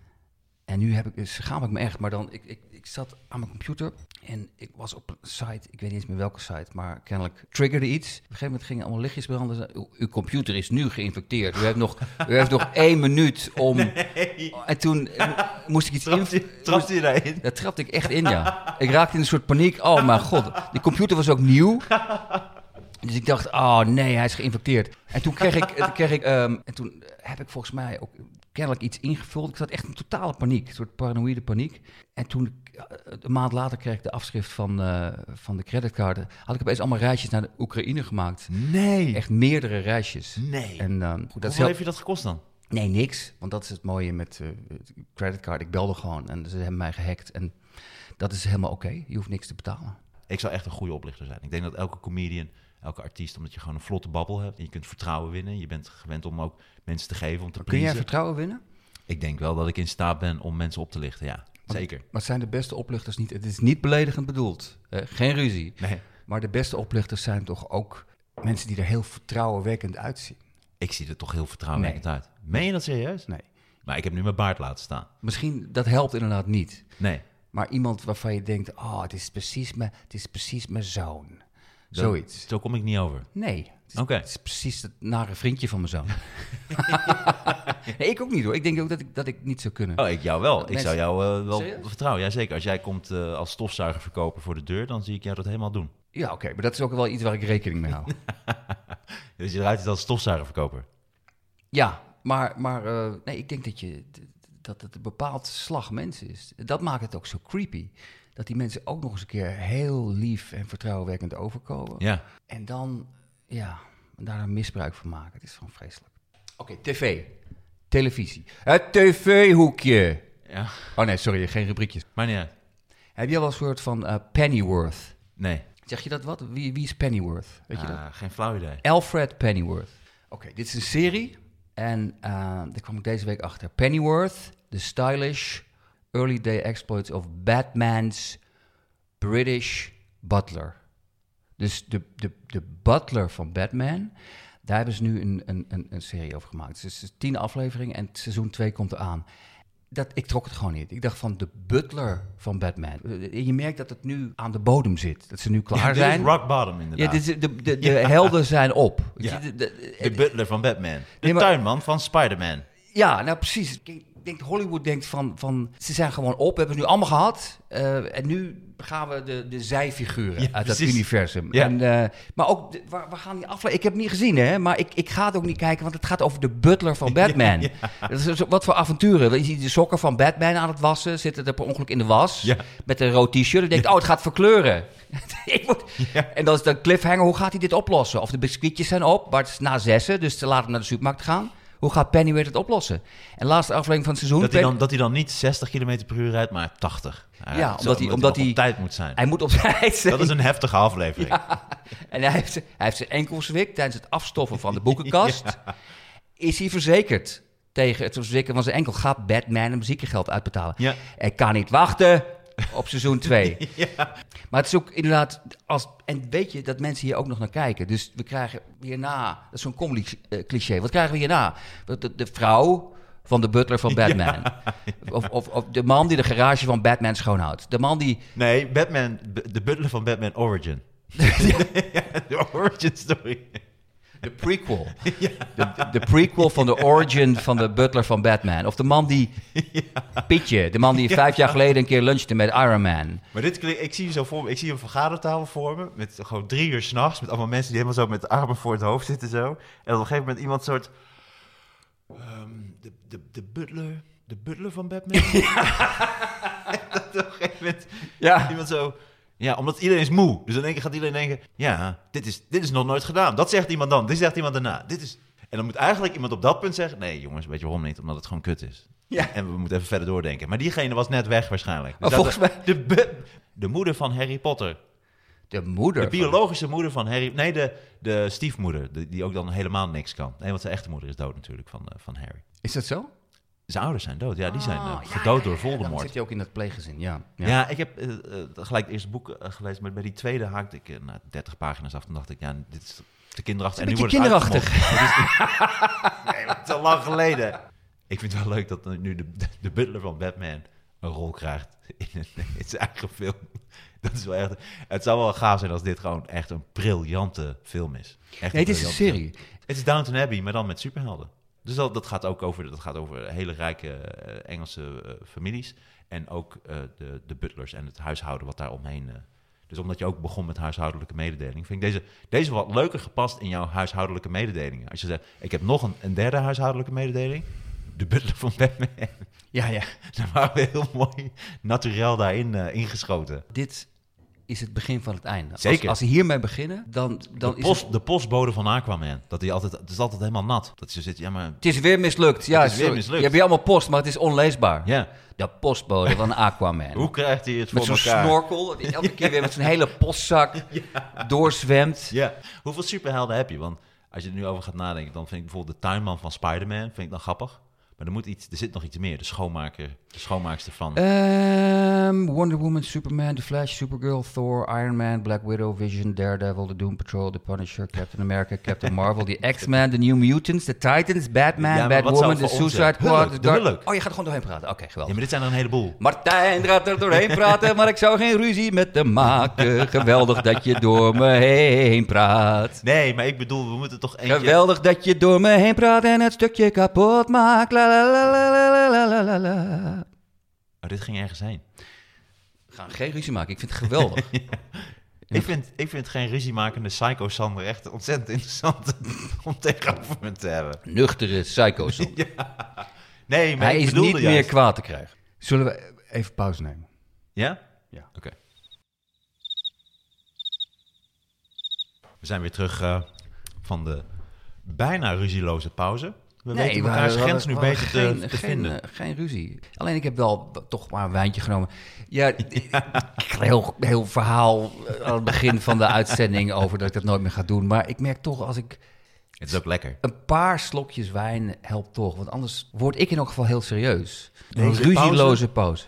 en nu heb ik, dus schaam ik me echt, maar dan... Ik, ik, ik zat aan mijn computer en ik was op een site, ik weet niet eens meer welke site, maar kennelijk triggerde iets. Op een gegeven moment gingen allemaal lichtjes branden. U, uw computer is nu geïnfecteerd. U heeft nog, u heeft nog één minuut om... Nee. En toen moest ik iets in... Trapte je daarin? Daar trapte ik echt in, ja. Ik raakte in een soort paniek. Oh mijn god, die computer was ook nieuw. Dus ik dacht, oh nee, hij is geïnfecteerd. En toen kreeg ik... kreeg ik um, en toen heb ik volgens mij ook... kennelijk iets ingevuld. Ik zat echt in totale paniek, een soort paranoïde paniek. En toen, een maand later, kreeg ik de afschrift van, uh, van de creditcarden. Had ik opeens allemaal reisjes naar de Oekraïne gemaakt. Nee. Echt meerdere reisjes. Nee. En, uh, goed, dat Hoeveel heel... heeft je dat gekost dan? Nee, niks. Want dat is het mooie met uh, creditcard. Ik belde gewoon en ze hebben mij gehackt. En dat is helemaal oké. Okay. Je hoeft niks te betalen. Ik zou echt een goede oplichter zijn. Ik denk dat elke comedian, elke artiest, omdat je gewoon een vlotte babbel hebt en je kunt vertrouwen winnen. Je bent gewend om ook mensen te geven, om te pleasen. Kun jij vertrouwen winnen? Ik denk wel dat ik in staat ben om mensen op te lichten, ja. Maar, zeker. Maar het zijn de beste oplichters niet... Het is niet beledigend bedoeld. Hè? Geen ruzie. Nee. Maar de beste oplichters zijn toch ook mensen die er heel vertrouwenwekkend uitzien. Ik zie er toch heel vertrouwenwekkend nee. uit. Meen je dat serieus? Nee. Maar ik heb nu mijn baard laten staan. Misschien, dat helpt inderdaad niet. Nee. Maar iemand waarvan je denkt, oh, het is precies mijn, het is precies mijn zoon. Dat, Zoiets. Zo kom ik niet over. Nee. Het is, okay. het is precies het nare vriendje van mijn zoon. Nee, ik ook niet hoor. Ik denk ook dat ik, dat ik niet zou kunnen. Oh, ik jou wel. Mensen... Ik zou jou uh, wel Serieus? vertrouwen. Jazeker. Als jij komt uh, als stofzuiger verkopen voor de deur, dan zie ik jou dat helemaal doen. Ja, oké. Okay, maar dat is ook wel iets waar ik rekening mee hou. Dus je eruit ziet als stofzuigerverkoper. Ja, maar, maar uh, nee, ik denk dat, je, dat het een bepaald slag mensen is. Dat maakt het ook zo creepy. Dat die mensen ook nog eens een keer heel lief en vertrouwenwekkend overkomen. Ja. En dan, ja, daar een misbruik van maken. Het is gewoon vreselijk. Oké, okay, tv. Televisie. Het tv-hoekje. Ja. Oh nee, sorry, geen rubriekjes. Maar niet uit. Heb je wel eens gehoord van uh, Pennyworth? Nee. Zeg je dat wat? Wie, wie is Pennyworth? Weet ah, je dat? Geen flauw idee. Alfred Pennyworth. Oké, okay, dit is een serie. En uh, daar kwam ik deze week achter. Pennyworth, the stylish early day exploits of Batman's British butler. Dus de, de, de butler van Batman, daar hebben ze nu een, een, een, een serie over gemaakt. Dus het is tien afleveringen en seizoen twee komt eraan. Dat, ik trok het gewoon niet. Ik dacht van de butler van Batman. Je merkt dat het nu aan de bodem zit. Dat ze nu klaar ja, zijn. Dit is rock bottom inderdaad. Ja, dit is, de de, de ja. helden zijn op. Ja. De, de, de butler van Batman. De nee, maar, tuinman van Spider-Man. Ja, nou precies. Ik denk, Hollywood denkt van, van... Ze zijn gewoon op, hebben we nu allemaal gehad. Uh, en nu gaan we de, de zijfiguren ja, uit precies. dat universum. Ja. En, uh, maar ook, de, waar, waar gaan die afleveringen... Ik heb het niet gezien, hè. Maar ik, ik ga het ook niet kijken, want het gaat over de butler van Batman. Ja, ja. Dat is, wat voor avonturen. Je ziet de sokken van Batman aan het wassen. Zitten er per ongeluk in de was. Ja. Met een rood t-shirt. En denkt, ja. oh, het gaat verkleuren. ik moet, ja. En dan is de cliffhanger, hoe gaat hij dit oplossen? Of de biscuitjes zijn op, maar het is na zessen. Dus ze laten hem naar de supermarkt gaan. Hoe gaat Pennyworth het oplossen? En de laatste aflevering van het seizoen... Dat hij dan, dat hij dan niet zestig kilometer per uur rijdt, maar tachtig. Ja, ja omdat, zo, hij, omdat hij... op tijd moet zijn. Hij moet op tijd zijn. Dat is een heftige aflevering. Ja. En hij heeft, hij heeft zijn enkel gezwikt tijdens het afstoffen van de boekenkast. Ja. Is hij verzekerd tegen het verzekeren van zijn enkel? Gaat Batman een ziekengeld uitbetalen? Ja. Ik kan niet wachten op seizoen twee. Ja. Maar het is ook inderdaad... Als, en weet je dat mensen hier ook nog naar kijken. Dus we krijgen hierna... Dat is zo'n comedy-cliché. Wat krijgen we hierna? De, de vrouw van de butler van Batman. Ja. Of, of, of de man die de garage van Batman schoonhoudt. De man die... Nee, Batman... De butler van Batman Origin. De origin story. De prequel. Ja. De, de prequel van de origin van de butler van Batman. Of de man die... Ja. Pietje, de man die ja. vijf jaar geleden een keer lunchte met Iron Man. Maar dit, ik zie je zo voor me, ik zie een vergadertafel voor me, met gewoon drie uur 's nachts, met allemaal mensen die helemaal zo met de armen voor het hoofd zitten zo. En op een gegeven moment iemand soort... Um, de, de, de butler... De butler van Batman? Ja. En dat op een gegeven moment ja. iemand zo... Ja, omdat iedereen is moe. Dus in één keer gaat iedereen denken... Ja, dit is, dit is nog nooit gedaan. Dat zegt iemand dan. Dit zegt iemand daarna. Dit is... En dan moet eigenlijk iemand op dat punt zeggen... Nee, jongens, weet je waarom niet? Omdat het gewoon kut is. Ja. En we moeten even verder doordenken. Maar diegene was net weg waarschijnlijk. Dus Oh, volgens dat, mij... De, be- de moeder van Harry Potter. De moeder. De biologische van... moeder van Harry... Nee, de, de stiefmoeder. De, die ook dan helemaal niks kan. Nee, want zijn echte moeder is dood natuurlijk van, uh, van Harry. Is dat zo? Zijn ouders zijn dood. Ja, die zijn uh, Ah, gedood ja, ja, ja, door ja. Voldemort. Dan zit je ook in dat pleeggezin, ja. Ja, Ja, ik heb uh, uh, gelijk het eerste boek uh, gelezen, maar bij die tweede haakte ik uh, nou, dertig pagina's af. Toen dacht ik, ja, dit is te kinderachtig. Een en nu beetje wordt het kinderachtig. uitgemokt. Nee, maar het is al lang geleden. Ik vind het wel leuk dat nu de, de butler van Batman een rol krijgt in, een, in zijn eigen film. Dat is wel echt... Het zou wel gaaf zijn als dit gewoon echt een briljante film is. Echt nee, het is een serie. Film. Het is Downton Abbey, maar dan met superhelden. Dus dat, dat gaat ook over, dat gaat over hele rijke uh, Engelse uh, families. En ook uh, de, de butlers en het huishouden wat daar omheen... Uh, dus omdat je ook begon met huishoudelijke mededeling... vind ik deze, deze wat leuker gepast in jouw huishoudelijke mededelingen. Als je zegt, ik heb nog een, een derde huishoudelijke mededeling... De butler van Batman. Ja, ja. Daar waren we heel mooi naturel daarin uh, ingeschoten. Dit is het begin van het einde. Zeker. Als, als ze hiermee beginnen, dan, dan de, is post, het... de postbode van Aquaman. Dat hij altijd, het is altijd helemaal nat. Dat je zit, ja maar... Het is weer mislukt. Ja, het is weer sorry. mislukt. Je hebt hier allemaal post, maar het is onleesbaar. Ja. De postbode van Aquaman. Hoe krijgt hij het met voor zo'n elkaar? snorkel, die elke keer weer met zijn hele postzak ja. doorzwemt. Ja. Hoeveel superhelden heb je? Want als je er nu over gaat nadenken, dan vind ik bijvoorbeeld de tuinman van Spider-Man vind ik dan grappig. Maar er, moet iets, er zit nog iets meer. De schoonmaker, de schoonmaakster van... Um, Wonder Woman, Superman, The Flash, Supergirl, Thor, Iron Man, Black Widow, Vision, Daredevil, The Doom Patrol, The Punisher, Captain America, Captain Marvel, The X-Men, The New Mutants, The Titans, Batman, ja, Batwoman, The Suicide Squad. De Hulk. Oh, je gaat er gewoon doorheen praten. Oké, okay, geweldig. Ja, maar dit zijn er een heleboel. Martijn gaat er doorheen praten, maar ik zou geen ruzie met hem maken. Geweldig dat je door me heen praat. Nee, maar ik bedoel, we moeten toch eentje... Geweldig dat je door me heen praat en het stukje kapot maakt. La la la la la la la la. Oh, dit ging ergens heen. We gaan geen ruzie maken. Ik vind het geweldig. ja. ik, vind, ik vind geen ruziemakende Psycho Sander echt ontzettend interessant om tegenover me te hebben. Nuchtere Psycho Sander. ja. Nee, maar hij ik is niet juist. meer kwaad te krijgen. Zullen we even pauze nemen? Ja? Ja. Oké. Okay. We zijn weer terug uh, van de bijna ruzieloze pauze. We nee, weten elkaars we, grens we, nu we beter geen, te, te geen, vinden. Uh, geen ruzie. Alleen ik heb wel toch maar een wijntje genomen. Ja, ja. heel, heel verhaal aan het begin van de uitzending over dat ik dat nooit meer ga doen. Maar ik merk toch als ik... Het is ook lekker. Een paar slokjes wijn helpt toch. Want anders word ik in elk geval heel serieus. Een Deze ruzieloze pauze? pauze.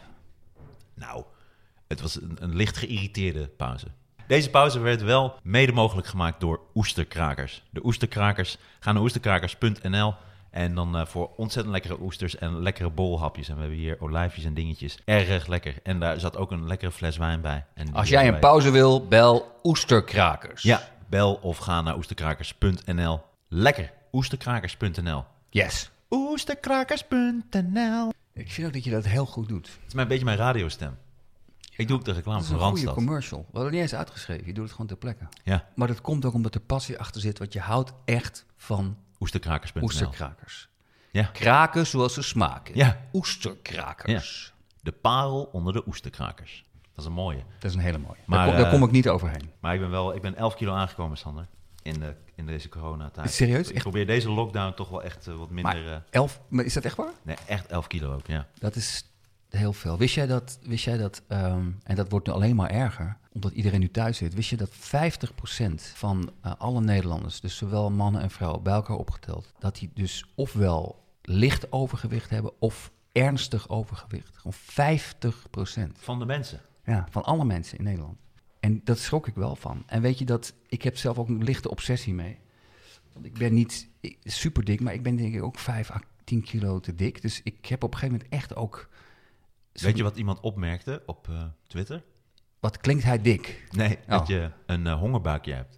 Nou, het was een, een licht geïrriteerde pauze. Deze pauze werd wel mede mogelijk gemaakt door Oesterkrakers. De Oesterkrakers, ga naar oesterkrakers punt n l en dan uh, voor ontzettend lekkere oesters en lekkere bolhapjes. En we hebben hier olijfjes en dingetjes. Erg lekker. En daar zat ook een lekkere fles wijn bij. En als jij een pauze wil, bel Oesterkrakers. Ja, bel of ga naar oesterkrakers punt n l. Lekker. oesterkrakers punt n l. Yes. oesterkrakers punt n l. Ik vind ook dat je dat heel goed doet. Het is mijn beetje mijn radiostem. Ik doe ook de reclame van Randstad. Dat is een goede commercial. We hadden het niet eens uitgeschreven. Je doet het gewoon ter plekke. Ja. Maar dat komt ook omdat er passie achter zit. Want je houdt echt van oesterkrakers punt n l. Oesterkrakers. Ja. Kraken zoals ze smaken. Ja. Oesterkrakers. Ja. De parel onder de oesterkrakers. Dat is een mooie. Dat is een hele mooie. Maar, daar, kom, daar uh, kom ik niet overheen. Maar ik ben wel, ik ben elf kilo aangekomen, Sander. In, de, in deze coronatijd. Serieus? Ik echt? probeer deze lockdown toch wel echt uh, wat minder... Maar uh, elf, maar is dat echt waar? Nee, echt elf kilo ook, ja. Dat is heel veel. Wist jij dat, wist jij dat um, en dat wordt nu alleen maar erger, omdat iedereen nu thuis zit. Wist je dat vijftig procent van uh, alle Nederlanders, dus zowel mannen en vrouwen, bij elkaar opgeteld, dat die dus ofwel licht overgewicht hebben of ernstig overgewicht. Gewoon vijftig procent. Van de mensen? Ja, van alle mensen in Nederland. En dat schrok ik wel van. En weet je dat, ik heb zelf ook een lichte obsessie mee. Want ik ben niet super dik, maar ik ben denk ik ook vijf à tien kilo te dik. Dus ik heb op een gegeven moment echt ook... Weet je wat iemand opmerkte op uh, Twitter? Wat klinkt hij dik? Nee, oh. dat je een uh, hongerbuikje hebt.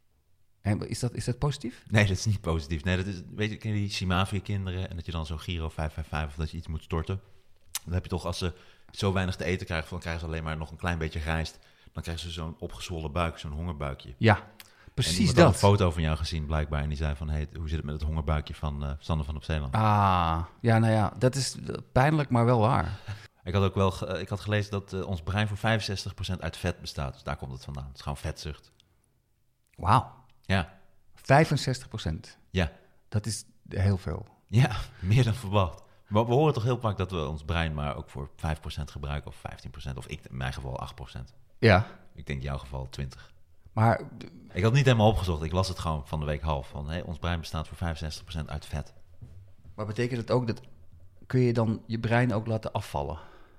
En is dat, is dat positief? Nee, dat is niet positief. Nee, dat is, weet je, ken je die Simavia-kinderen en dat je dan zo Giro vijf vijf vijf of dat je iets moet storten? Dan heb je toch, als ze zo weinig te eten krijgen, dan krijgen ze alleen maar nog een klein beetje rijst. Dan krijgen ze zo'n opgezwollen buik, zo'n hongerbuikje. Ja, precies en dat. Ik had een foto van jou gezien blijkbaar en die zei van, hey, hoe zit het met het hongerbuikje van uh, Sander van op Zeeland? Ah, ja, nou ja, dat is pijnlijk, maar wel waar. Ik had ook wel ge- ik had gelezen dat uh, ons brein voor vijfenzestig procent uit vet bestaat. Dus daar komt het vandaan. Het is gewoon vetzucht. Wauw. Ja. vijfenzestig procent. Ja. Dat is heel veel. Ja, meer dan verwacht. Maar we horen toch heel vaak dat we ons brein maar ook voor vijf procent gebruiken of vijftien procent. Of ik, in mijn geval acht procent. Ja. Ik denk in jouw geval twintig. Maar Ik had het niet helemaal opgezocht. Ik las het gewoon van de week half. Van, hey, ons brein bestaat voor vijfenzestig procent uit vet. Maar betekent het ook dat... Kun je dan je brein ook laten afvallen?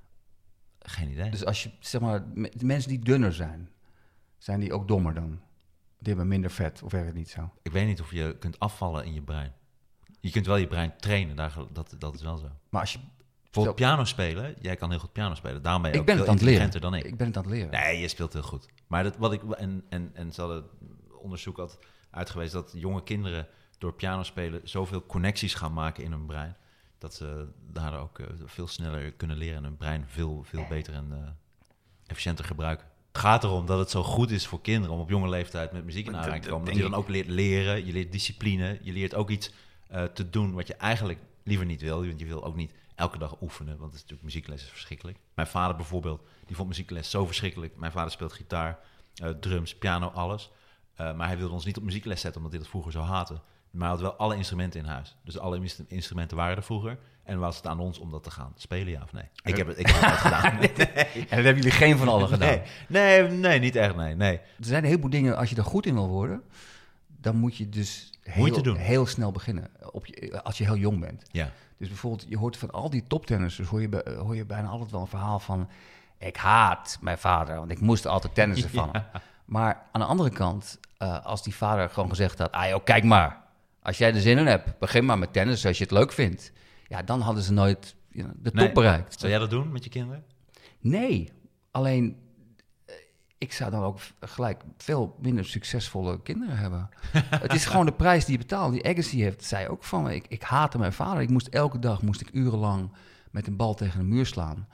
Geen idee. Dus als je, zeg maar, me- de mensen die dunner zijn... Zijn die ook dommer dan? Die hebben minder vet, of werkt het niet zo? Ik weet niet of je kunt afvallen in je brein. Je kunt wel je brein trainen, daar, dat, dat is wel zo. Maar als je... Bijvoorbeeld piano spelen. Jij kan heel goed piano spelen. Daarom ben je Ik ook ben veel het aan het leren. intelligenter dan ik. Ik ben het aan het leren. Nee, je speelt heel goed. Maar dat, wat ik, en, en, en ze hadden onderzoek had uitgewezen dat jonge kinderen door piano spelen zoveel connecties gaan maken in hun brein. Dat ze daar ook uh, veel sneller kunnen leren en hun brein veel, veel beter en uh, efficiënter gebruiken. Het gaat erom dat het zo goed is voor kinderen om op jonge leeftijd met muziek in aanraking te komen. Dat je dan ook leert leren, je leert discipline, je leert ook iets uh, te doen wat je eigenlijk liever niet wil. Want je wil ook niet elke dag oefenen, want het is natuurlijk, muziekles is verschrikkelijk. Mijn vader bijvoorbeeld, die vond muziekles zo verschrikkelijk. Mijn vader speelt gitaar, uh, drums, piano, alles. Uh, maar hij wilde ons niet op muziekles zetten, omdat hij dat vroeger zo haatte. Maar hij had wel alle instrumenten in huis. Dus alle instrumenten waren er vroeger. En was het aan ons om dat te gaan spelen, ja of nee? Ik heb het, ik heb het gedaan. Nee. En dat hebben jullie geen van allen gedaan? Nee, nee, nee, niet echt, nee, nee. Er zijn een heleboel dingen, als je er goed in wil worden... dan moet je dus heel, heel snel beginnen, op je, als je heel jong bent. Ja. Dus bijvoorbeeld, je hoort van al die toptennissers... hoor je, hoor je bijna altijd wel een verhaal van... ik haat mijn vader, want ik moest altijd tennissen van hem. Ja. Maar aan de andere kant, uh, als die vader gewoon gezegd had... ah joh, kijk maar, als jij er zin in hebt... begin maar met tennis als je het leuk vindt. Ja, dan hadden ze nooit you know, de top nee. bereikt. Zou jij dat doen met je kinderen? Nee, alleen... ik zou dan ook gelijk veel minder succesvolle kinderen hebben. Het is gewoon de prijs die je betaalt. Die Agassi heeft, zei ook van me, ik, ik haatte mijn vader. Ik moest elke dag, moest ik urenlang met een bal tegen een muur slaan.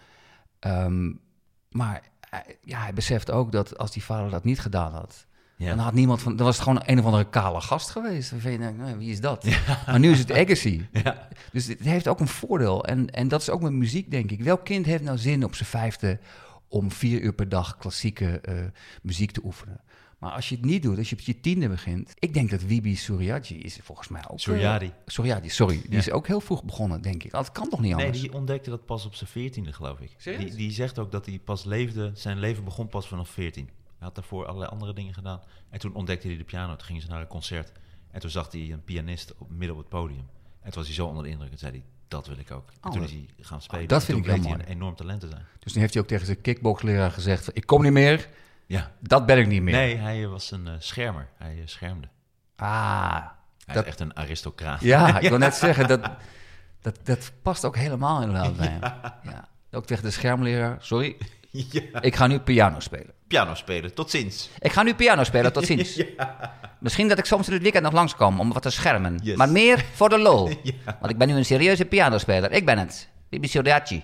Um, maar ja, hij beseft ook dat als die vader dat niet gedaan had... Ja. Dan had niemand van, dan was het gewoon een of andere kale gast geweest. Dan vind je, nou, wie is dat? Ja. Maar nu is het Agassi. Ja. Dus het heeft ook een voordeel. En, en dat is ook met muziek, denk ik. Welk kind heeft nou zin op zijn vijfde... om vier uur per dag klassieke uh, muziek te oefenen. Maar als je het niet doet, als je op je tiende begint... Ik denk dat Wibi Suriadi is volgens mij ook... Suriadi. Uh, Suriadi, sorry. Die ja. is ook heel vroeg begonnen, denk ik. Dat kan toch niet anders? Nee, die ontdekte dat pas op zijn veertiende, geloof ik. Serieus? Die, die zegt ook dat hij pas leefde... Zijn leven begon pas vanaf veertien. Hij had daarvoor allerlei andere dingen gedaan. En toen ontdekte hij de piano. Toen gingen ze naar een concert. En toen zag hij een pianist op, midden op het podium. En toen was hij zo onder de indruk. En zei hij, dat wil ik ook. En oh, toen is hij gaan spelen. Oh, dat vind ik heel mooi. Een enorm talent te zijn. Dus nu heeft hij ook tegen zijn kickboxleraar gezegd... ik kom niet meer, ja. Dat ben ik niet meer. Nee, hij was een uh, schermer. Hij uh, schermde. Ah. Hij dat... is echt een aristocraat. Ja, ik wil net zeggen, dat, dat, dat past ook helemaal inderdaad bij hem. Ja. Ook tegen de schermleraar, sorry... Ja. Ik ga nu piano spelen. Piano spelen, tot ziens. Ik ga nu piano spelen, tot ziens. Ja. Misschien dat ik soms in het weekend nog langskom om wat te schermen. Yes. Maar meer voor de lol. Ja. Want ik ben nu een serieuze pianospeler. Ik ben het. Wibi Suriadi.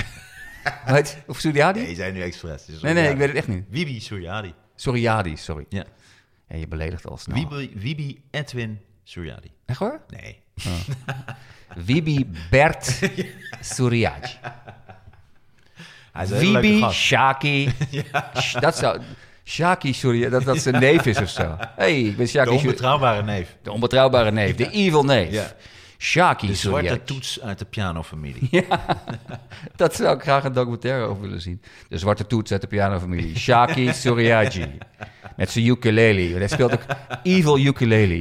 Wat? Of Suriadi? Nee, je zei nu expres. Nee, nee, ik weet het echt niet. Wibi Suriadi. Suriadi, sorry. Ja. Ja, je beledigt al snel. Wibi, Wibi Edwin Suriadi. Echt hoor? Nee. Oh. Wibi Bert Suriadi. Wibi, Shaki. Ja. Dat zou... Shaki, sorry, dat dat zijn neef is of zo. Hey, ik ben Shaki. De onbetrouwbare neef. De onbetrouwbare neef, de evil neef. Ja. Shaki, de zwarte sorry. Toets uit de pianofamilie. Ja, dat zou ik graag een documentaire over willen zien. De zwarte toets uit de pianofamilie. Shaki Suriadi. Met zijn ukulele. Hij speelt ook evil ukulele.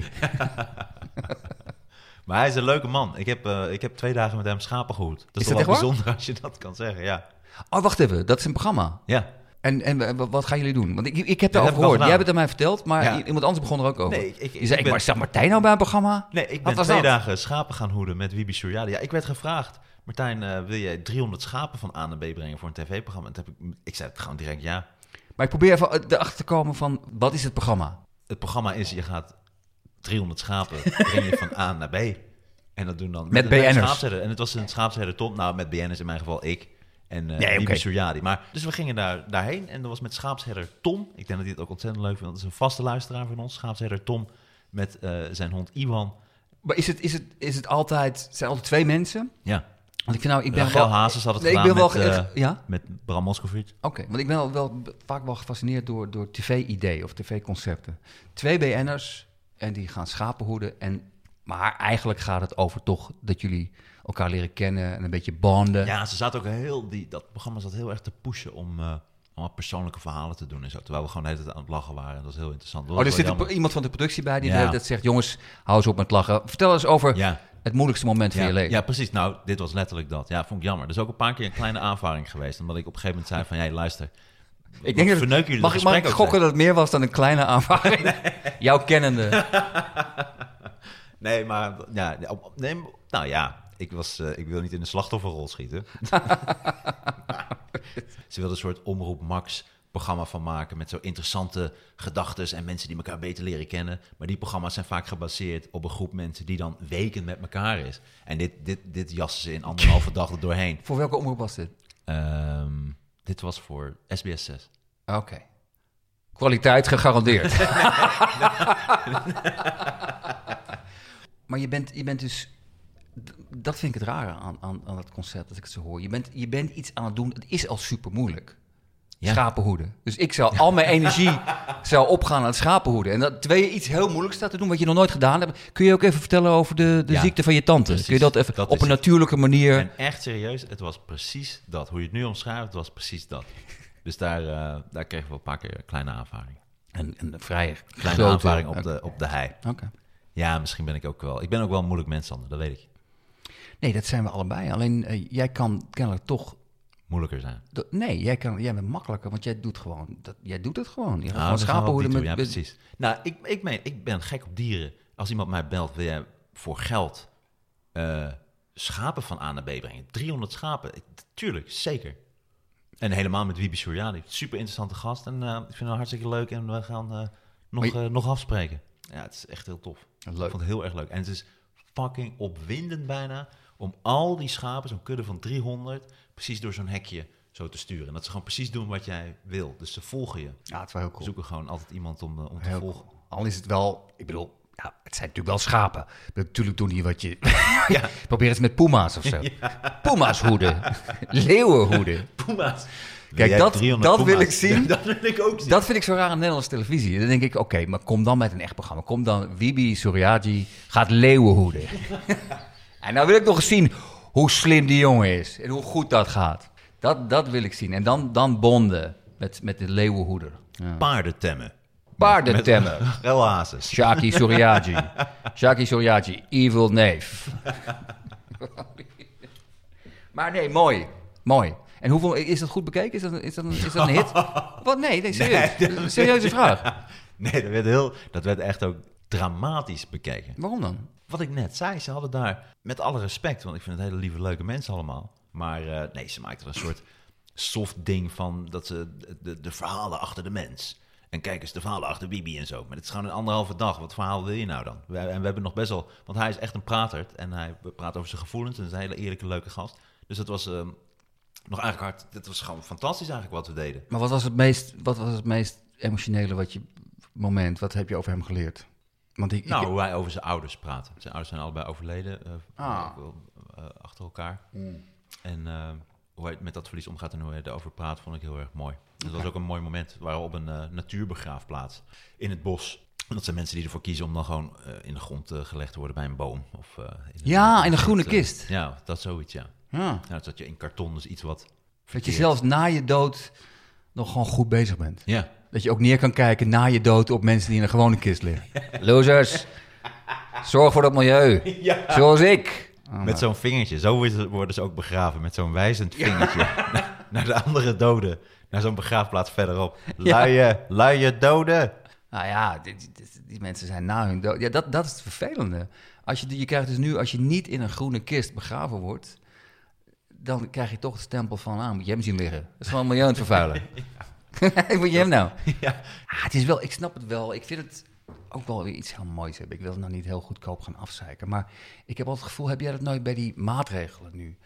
Maar hij is een leuke man. Ik heb, uh, ik heb twee dagen met hem schapen gehoord. Dat is, is toch wel bijzonder als je dat kan zeggen, ja. Oh, wacht even. Dat is een programma? Ja. En, en wat gaan jullie doen? Want ik, ik heb daarover gehoord. Jij hebt het aan mij verteld, maar ja. iemand anders begon er ook over. Nee, ik, ik, je zei, ik ben... maar zag Martijn nou bij een programma? Nee, ik ben twee dat? dagen schapen gaan hoeden met Wibi Suriadi. Ja, ik werd gevraagd, Martijn, uh, wil jij driehonderd schapen van A naar B brengen voor een tv-programma? En toen heb ik, ik zei het gewoon direct ja. Maar ik probeer even erachter te komen van, wat is het programma? Het programma is, je gaat driehonderd schapen brengen van A naar B. En dat doen dan met, met B N'ers. En het was een schaapsherder Tom, nou met B N'ers in mijn geval ik. En uh, nee, Wibi okay. Suriadi. Maar, dus we gingen daar, daarheen en dat was met schaapsherder Tom. Ik denk dat hij het ook ontzettend leuk vindt. Dat is een vaste luisteraar van ons, schaapsherder Tom, met uh, zijn hond Iwan. Maar is het, is het, is het altijd, zijn altijd twee mensen? Ja. Want ik vind nou, ik ben Rachel wel, Hazes had het nee, gedaan ik ben met, wel, uh, echt, ja? met Bram Moskowitz. Oké, okay, want ik ben wel, wel vaak wel gefascineerd door, door tv-ideeën of tv-concepten. Twee B N'ers en die gaan schapen hoeden. En, maar eigenlijk gaat het over toch dat jullie elkaar leren kennen en een beetje bonden. Ja, ze zaten ook heel, die, dat programma zat heel erg te pushen om... Uh, om persoonlijke verhalen te doen en zo. Terwijl we gewoon de hele tijd aan het lachen waren. En dat is heel interessant. Dat oh, er zit er iemand van de productie bij die ja. dat zegt... jongens, hou eens op met lachen. Vertel eens over ja. het moeilijkste moment ja. van je leven. Ja, precies. Nou, dit was letterlijk dat. Ja, vond ik jammer. Er is ook een paar keer een kleine aanvaring geweest. Omdat ik op een gegeven moment zei van... Hé, hey, luister. Ik denk dat het, verneuken jullie mag, mag ik gokken dat het meer was dan een kleine aanvaring? Nee. Jouw kennende. nee, maar... Ja, nee, nou ja... Ik, was, uh, ik wil niet in de slachtofferrol schieten. Ze wilden een soort Omroep Max programma van maken... met zo interessante gedachten en mensen die elkaar beter leren kennen. Maar die programma's zijn vaak gebaseerd op een groep mensen... die dan weken met elkaar is. En dit, dit, dit jassen ze in anderhalve dag er doorheen. Voor welke omroep was dit? Um, dit was voor S B S zes. Oké. Okay. Kwaliteit gegarandeerd. Maar je bent, je bent dus... Dat vind ik het rare aan, aan, aan het concept, als ik het zo hoor. Je bent, je bent iets aan het doen, het is al super moeilijk. Ja. Schapenhoeden. Dus ik zou al mijn energie zou opgaan aan het schapenhoeden. En dat, terwijl je iets heel moeilijks staat te doen, wat je nog nooit gedaan hebt. Kun je ook even vertellen over de, de ja, ziekte van je tante? Precies, kun je dat even dat op een natuurlijke manier... En echt serieus, het was precies dat. Hoe je het nu omschrijft, het was precies dat. Dus daar, uh, daar kregen we een paar keer een kleine aanvaring. En een vrij kleine grote aanvaring op de, op de hei. Oké. Okay. Ja, misschien ben ik ook wel... Ik ben ook wel een moeilijk mens, Sander, dat weet ik. Nee, dat zijn we allebei. Alleen uh, jij kan kennelijk toch... Moeilijker zijn. Do- nee, jij, kan, jij bent makkelijker, want jij doet gewoon... Dat, jij doet het gewoon. Je gaat nou, gewoon schapenhoeden met... Ja, precies. Nou, ik, ik, meen, ik ben gek op dieren. Als iemand mij belt, wil jij voor geld uh, schapen van A naar B brengen? driehonderd schapen? Ik, tuurlijk, zeker. En helemaal met Wiebe Suryadi. Super interessante gast. En uh, ik vind het hartstikke leuk. En we gaan uh, nog, je... uh, nog afspreken. Ja, het is echt heel tof. Leuk. Ik vond het heel erg leuk. En het is fucking opwindend bijna... om al die schapen, zo'n kudde van driehonderd... precies door zo'n hekje zo te sturen. En dat ze gewoon precies doen wat jij wil. Dus ze volgen je. Ja, het is wel heel cool. Ze zoeken gewoon altijd iemand om, om te heel volgen. Cool. Al is het wel... Ik bedoel, ja, het zijn natuurlijk wel schapen. Natuurlijk doen die wat je... Ja. Probeer eens met puma's of zo. Ja. Puma's hoeden. Leeuwenhoeden. Puma's. Kijk, dat, dat wil ik zien. Ja, dat wil ik ook zien. Dat vind ik zo raar aan Nederlandse televisie. Dan denk ik, oké, okay, maar kom dan met een echt programma. Kom dan, Wiebe Suryadi gaat leeuwenhoeden. En nou wil ik nog eens zien hoe slim die jongen is. En hoe goed dat gaat. Dat, dat wil ik zien. En dan, dan bonden met, met de leeuwenhoeder. Ja. Paardentemmen. Paardentemmen. Rachel Hazes. Shaki Suryadi. Shaki Suryadi. Evil neef. Maar nee, mooi. Mooi. En hoeveel, is dat goed bekeken? Is dat, is dat, een, is dat een hit? Wat? Nee, nee, serieus. Nee, dat, serieuze vraag. Nee, dat werd, heel, dat werd echt ook dramatisch bekeken. Waarom dan? Wat ik net zei, ze hadden daar, met alle respect, want ik vind het hele lieve, leuke mensen allemaal. Maar uh, nee, ze maakten er een soort soft ding van dat ze de, de, de verhalen achter de mens. En kijk eens, de verhalen achter Wiebe en zo. Maar het is gewoon een anderhalve dag. Wat verhaal wil je nou dan? We, en we hebben nog best wel, want hij is echt een praterd. En hij praat over zijn gevoelens en is een hele eerlijke, leuke gast. Dus dat was... Uh, Nog eigenlijk hard. Dit was gewoon fantastisch eigenlijk wat we deden. Maar wat was het meest, wat was het meest emotionele wat je moment? Wat heb je over hem geleerd? Want ik, nou, ik... hoe hij over zijn ouders praat. Zijn ouders zijn allebei overleden uh, ah. uh, achter elkaar. Mm. En uh, hoe hij met dat verlies omgaat en hoe hij erover praat, vond ik heel erg mooi. Het okay. was ook een mooi moment. We waren op een uh, natuurbegraafplaats in het bos. En dat zijn mensen die ervoor kiezen om dan gewoon uh, in de grond uh, gelegd te worden bij een boom. Of, uh, in ja, een, in een groene uh, kist. Ja, dat zoiets, ja. Ja. Ja, dat je in karton dus iets wat Dat verkeerd. je zelfs na je dood nog gewoon goed bezig bent. Ja. Dat je ook neer kan kijken na je dood op mensen die in een gewone kist liggen. Losers, zorg voor het milieu. Ja. Zoals ik. Oh, met zo'n vingertje. Zo worden ze ook begraven. Met zo'n wijzend vingertje. Ja. Naar, naar de andere doden. Naar zo'n begraafplaats verderop. Luie, ja. luie doden. Nou ja, die, die, die mensen zijn na hun dood. Ja, dat, dat is het vervelende. Als je, je krijgt dus nu, als je niet in een groene kist begraven wordt, dan krijg je toch het stempel van, ah, moet je hem zien liggen. Dat is gewoon een milieu aan het vervuilen. Ja. Moet je hem nou? Ja. Ah, het is wel, ik snap het wel. Ik vind het ook wel weer iets heel moois hebben. Ik wil het nou niet heel goedkoop gaan afzeiken. Maar ik heb altijd het gevoel, heb jij dat nooit bij die maatregelen nu?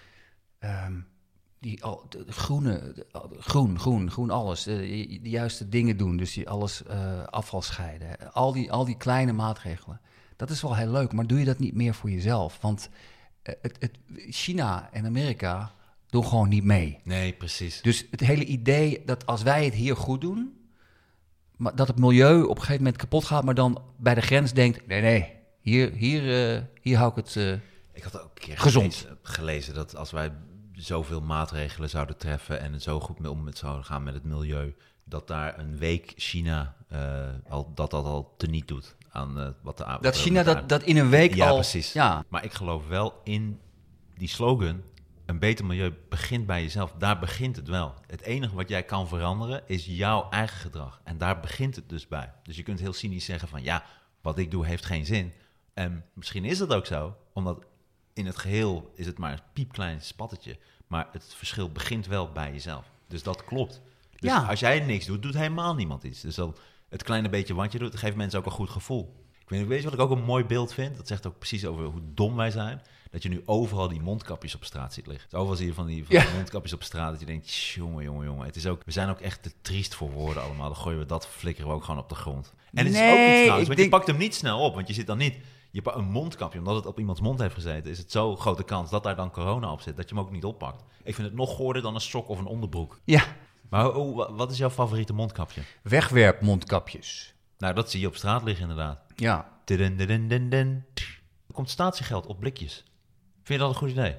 Um, die al, de, de groene, de, groen, groen, groen alles. De, de juiste dingen doen. Dus die alles uh, afval scheiden. Al die, al die kleine maatregelen. Dat is wel heel leuk, maar doe je dat niet meer voor jezelf? Want uh, het, het, China en Amerika doen gewoon niet mee. Nee, precies. Dus het hele idee dat als wij het hier goed doen, maar dat het milieu op een gegeven moment kapot gaat, maar dan bij de grens denkt, nee, nee, hier, hier, uh, hier hou ik het uh, Ik had ook een keer gezond. Gelezen, gelezen dat als wij zoveel maatregelen zouden treffen en het zo goed om met zouden gaan met het milieu, dat daar een week China uh, al, dat dat al teniet doet aan uh, wat de Dat China dat, dat in een week ja, al... Precies. Ja, maar ik geloof wel in die slogan, een beter milieu begint bij jezelf. Daar begint het wel. Het enige wat jij kan veranderen is jouw eigen gedrag. En daar begint het dus bij. Dus je kunt heel cynisch zeggen van ja, wat ik doe heeft geen zin. En misschien is dat ook zo, omdat in het geheel is het maar een piepklein spattetje. Maar het verschil begint wel bij jezelf. Dus dat klopt. Dus ja. als jij niks doet, doet helemaal niemand iets. Dus dan het kleine beetje wat je doet, geeft mensen ook een goed gevoel. Ik weet, weet je wat ik ook een mooi beeld vind? Dat zegt ook precies over hoe dom wij zijn. Dat je nu overal die mondkapjes op straat ziet liggen. Dus overal zie je van die, van ja. die mondkapjes op straat. Dat je denkt, jongen, jongen, jongen. Het is ook, we zijn ook echt te triest voor woorden allemaal. Dan gooien we dat, flikkeren we ook gewoon op de grond. En het nee, is ook iets trouwens, want denk... je pakt hem niet snel op. Want je zit dan niet... Je pakt een mondkapje, omdat het op iemands mond heeft gezeten, is het zo grote kans dat daar dan corona op zit, dat je hem ook niet oppakt. Ik vind het nog goorder dan een sok of een onderbroek. Ja. Maar oh, wat is jouw favoriete mondkapje? Wegwerpmondkapjes. Nou, dat zie je op straat liggen inderdaad. Ja. Dun, dun, dun, dun, dun. Er komt statiegeld op blikjes. Vind je dat een goed idee?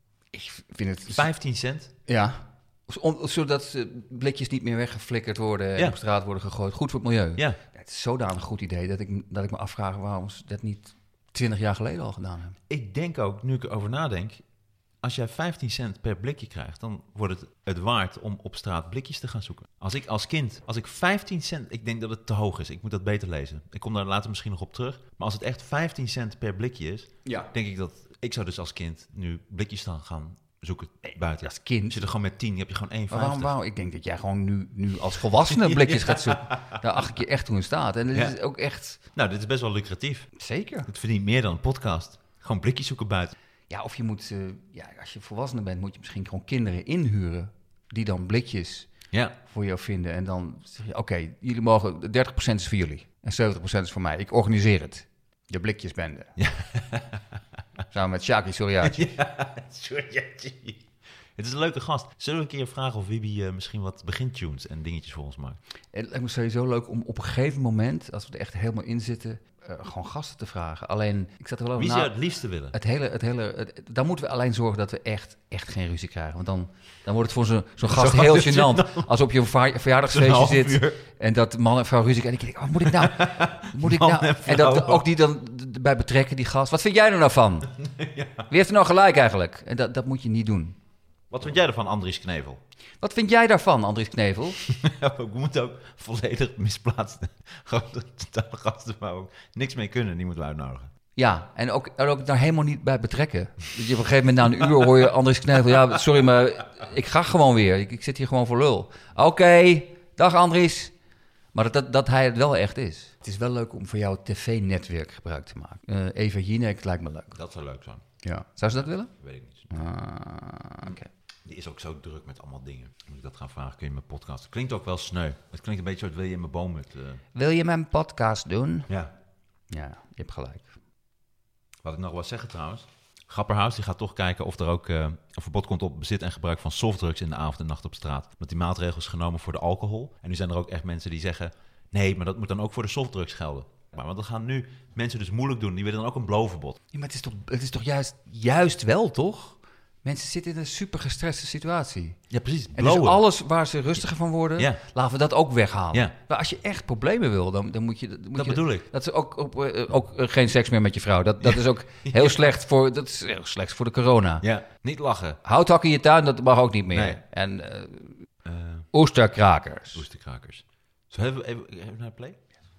Ik vind het... vijftien cent? Ja. Om, zodat uh, blikjes niet meer weggeflikkerd worden en ja. op straat worden gegooid. Goed voor het milieu. Ja. Het is zodanig een goed idee dat ik, dat ik me afvraag waarom ze dat niet twintig jaar geleden al gedaan hebben. Ik denk ook, nu ik erover nadenk, als jij vijftien cent per blikje krijgt, dan wordt het het waard om op straat blikjes te gaan zoeken. Als ik als kind, als ik vijftien cent, ik denk dat het te hoog is. Ik moet dat beter lezen. Ik kom daar later misschien nog op terug. Maar als het echt vijftien cent per blikje is, ja. denk ik dat ik zou dus als kind nu blikjes dan gaan zoeken buiten. Als kind. Als je er gewoon met tien, heb je gewoon één vijftig. Waarom, waarom? Ik denk dat jij gewoon nu, nu als volwassene blikjes gaat zoeken. Daar acht ik je echt toe in staat. En dat Ja. is ook echt... Nou, dit is best wel lucratief. Zeker. Het verdient meer dan een podcast. Gewoon blikjes zoeken buiten. Ja, of je moet... Uh, ja, als je volwassene bent, moet je misschien gewoon kinderen inhuren die dan blikjes Ja. voor jou vinden. En dan zeg je, oké, okay, jullie mogen... dertig procent is voor jullie en zeventig procent is voor mij. Ik organiseer het. De blikjesbende. Ja. Samen met Shaki Soriachi. Ja, Soriachi. Het is een leuke gast. Zullen we een keer vragen of Wiebe uh, misschien wat begintunes en dingetjes voor ons maakt? Het lijkt me sowieso leuk om op een gegeven moment, als we er echt helemaal in zitten, uh, gewoon gasten te vragen. Alleen, ik zat er wel over Wie na... zou je het liefste willen? Het hele, het hele, het, dan moeten we alleen zorgen dat we echt, echt geen ruzie krijgen. Want dan, dan wordt het voor zo'n zo'n gast Zo heel gênant. gênant. Als op je verja- verjaardagsfeestje zit uur. En dat man en vrouw ruzie krijgen. En ik denk, wat moet ik nou? Wat moet ik Man nou? en En dat ook die dan bij betrekken, die gast. Wat vind jij er nou van? Ja. Wie heeft er nou gelijk eigenlijk? En dat, dat moet je niet doen. Wat vind jij ervan, Andries Knevel? Wat vind jij daarvan, Andries Knevel? We moeten ook volledig misplaatst. Gewoon de totale gasten waar we ook niks mee kunnen, die moeten we uitnodigen. Ja, en ook, en ook daar helemaal niet bij betrekken. Dus je op een gegeven moment na een uur hoor je Andries Knevel... Ja, sorry, maar ik ga gewoon weer. Ik, ik zit hier gewoon voor lul. Oké, okay, dag Andries. Maar dat, dat, dat hij het wel echt is. Het is wel leuk om voor jouw tv-netwerk gebruik te maken. Uh, Eva Jinek lijkt me leuk. Dat zou leuk zijn. Ja. Zou ze dat willen? Weet ik niet. Ah, oké. Okay. Die is ook zo druk met allemaal dingen. Moet ik dat gaan vragen? Kun je mijn podcast? Klinkt ook wel sneu. Het klinkt een beetje zoals wil je in mijn boom met... Uh... Wil je mijn podcast doen? Ja. Ja, je hebt gelijk. Wat ik nog wil zeggen trouwens. Grapperhaus die gaat toch kijken of er ook uh, een verbod komt op bezit en gebruik van softdrugs in de avond en nacht op straat. Omdat die maatregel is genomen voor de alcohol. En nu zijn er ook echt mensen die zeggen... Nee, maar dat moet dan ook voor de softdrugs gelden. Maar want dan gaan nu mensen dus moeilijk doen. Die willen dan ook een blowverbod. Ja, maar het is toch, het is toch juist, juist wel, toch? Mensen zitten in een super gestreste situatie. Ja, precies. En dus alles waar ze rustiger van worden, ja. laten we dat ook weghalen. Ja. Maar als je echt problemen wil, dan, dan moet je... Dan moet dat je, bedoel ik. Dat is ook, ook, ook geen seks meer met je vrouw. Dat, dat is ook heel slecht voor, dat is heel slecht voor de corona. Ja, niet lachen. Houthak in je tuin, dat mag ook niet meer. Nee. En uh, uh, oesterkrakers. Oesterkrakers. Zo hebben we even, even naar play?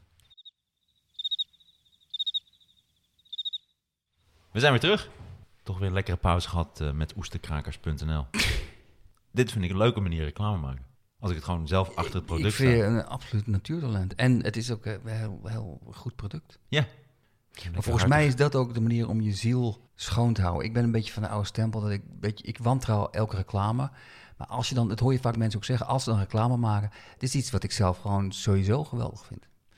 We zijn weer terug. Toch weer een lekkere pauze gehad uh, met oesterkrakers punt n l. Dit vind ik een leuke manier reclame maken. Als ik het gewoon zelf achter het product sta. Ik vind een absoluut natuurtalent. En het is ook een heel, heel goed product. Ja. Maar volgens mij is dat ook de manier om je ziel schoon te houden. Ik ben een beetje van de oude stempel dat ik een beetje, ik wantrouw elke reclame. Maar als je dan, dat hoor je vaak mensen ook zeggen, als ze dan reclame maken, het is iets wat ik zelf gewoon sowieso geweldig vind. Hmm.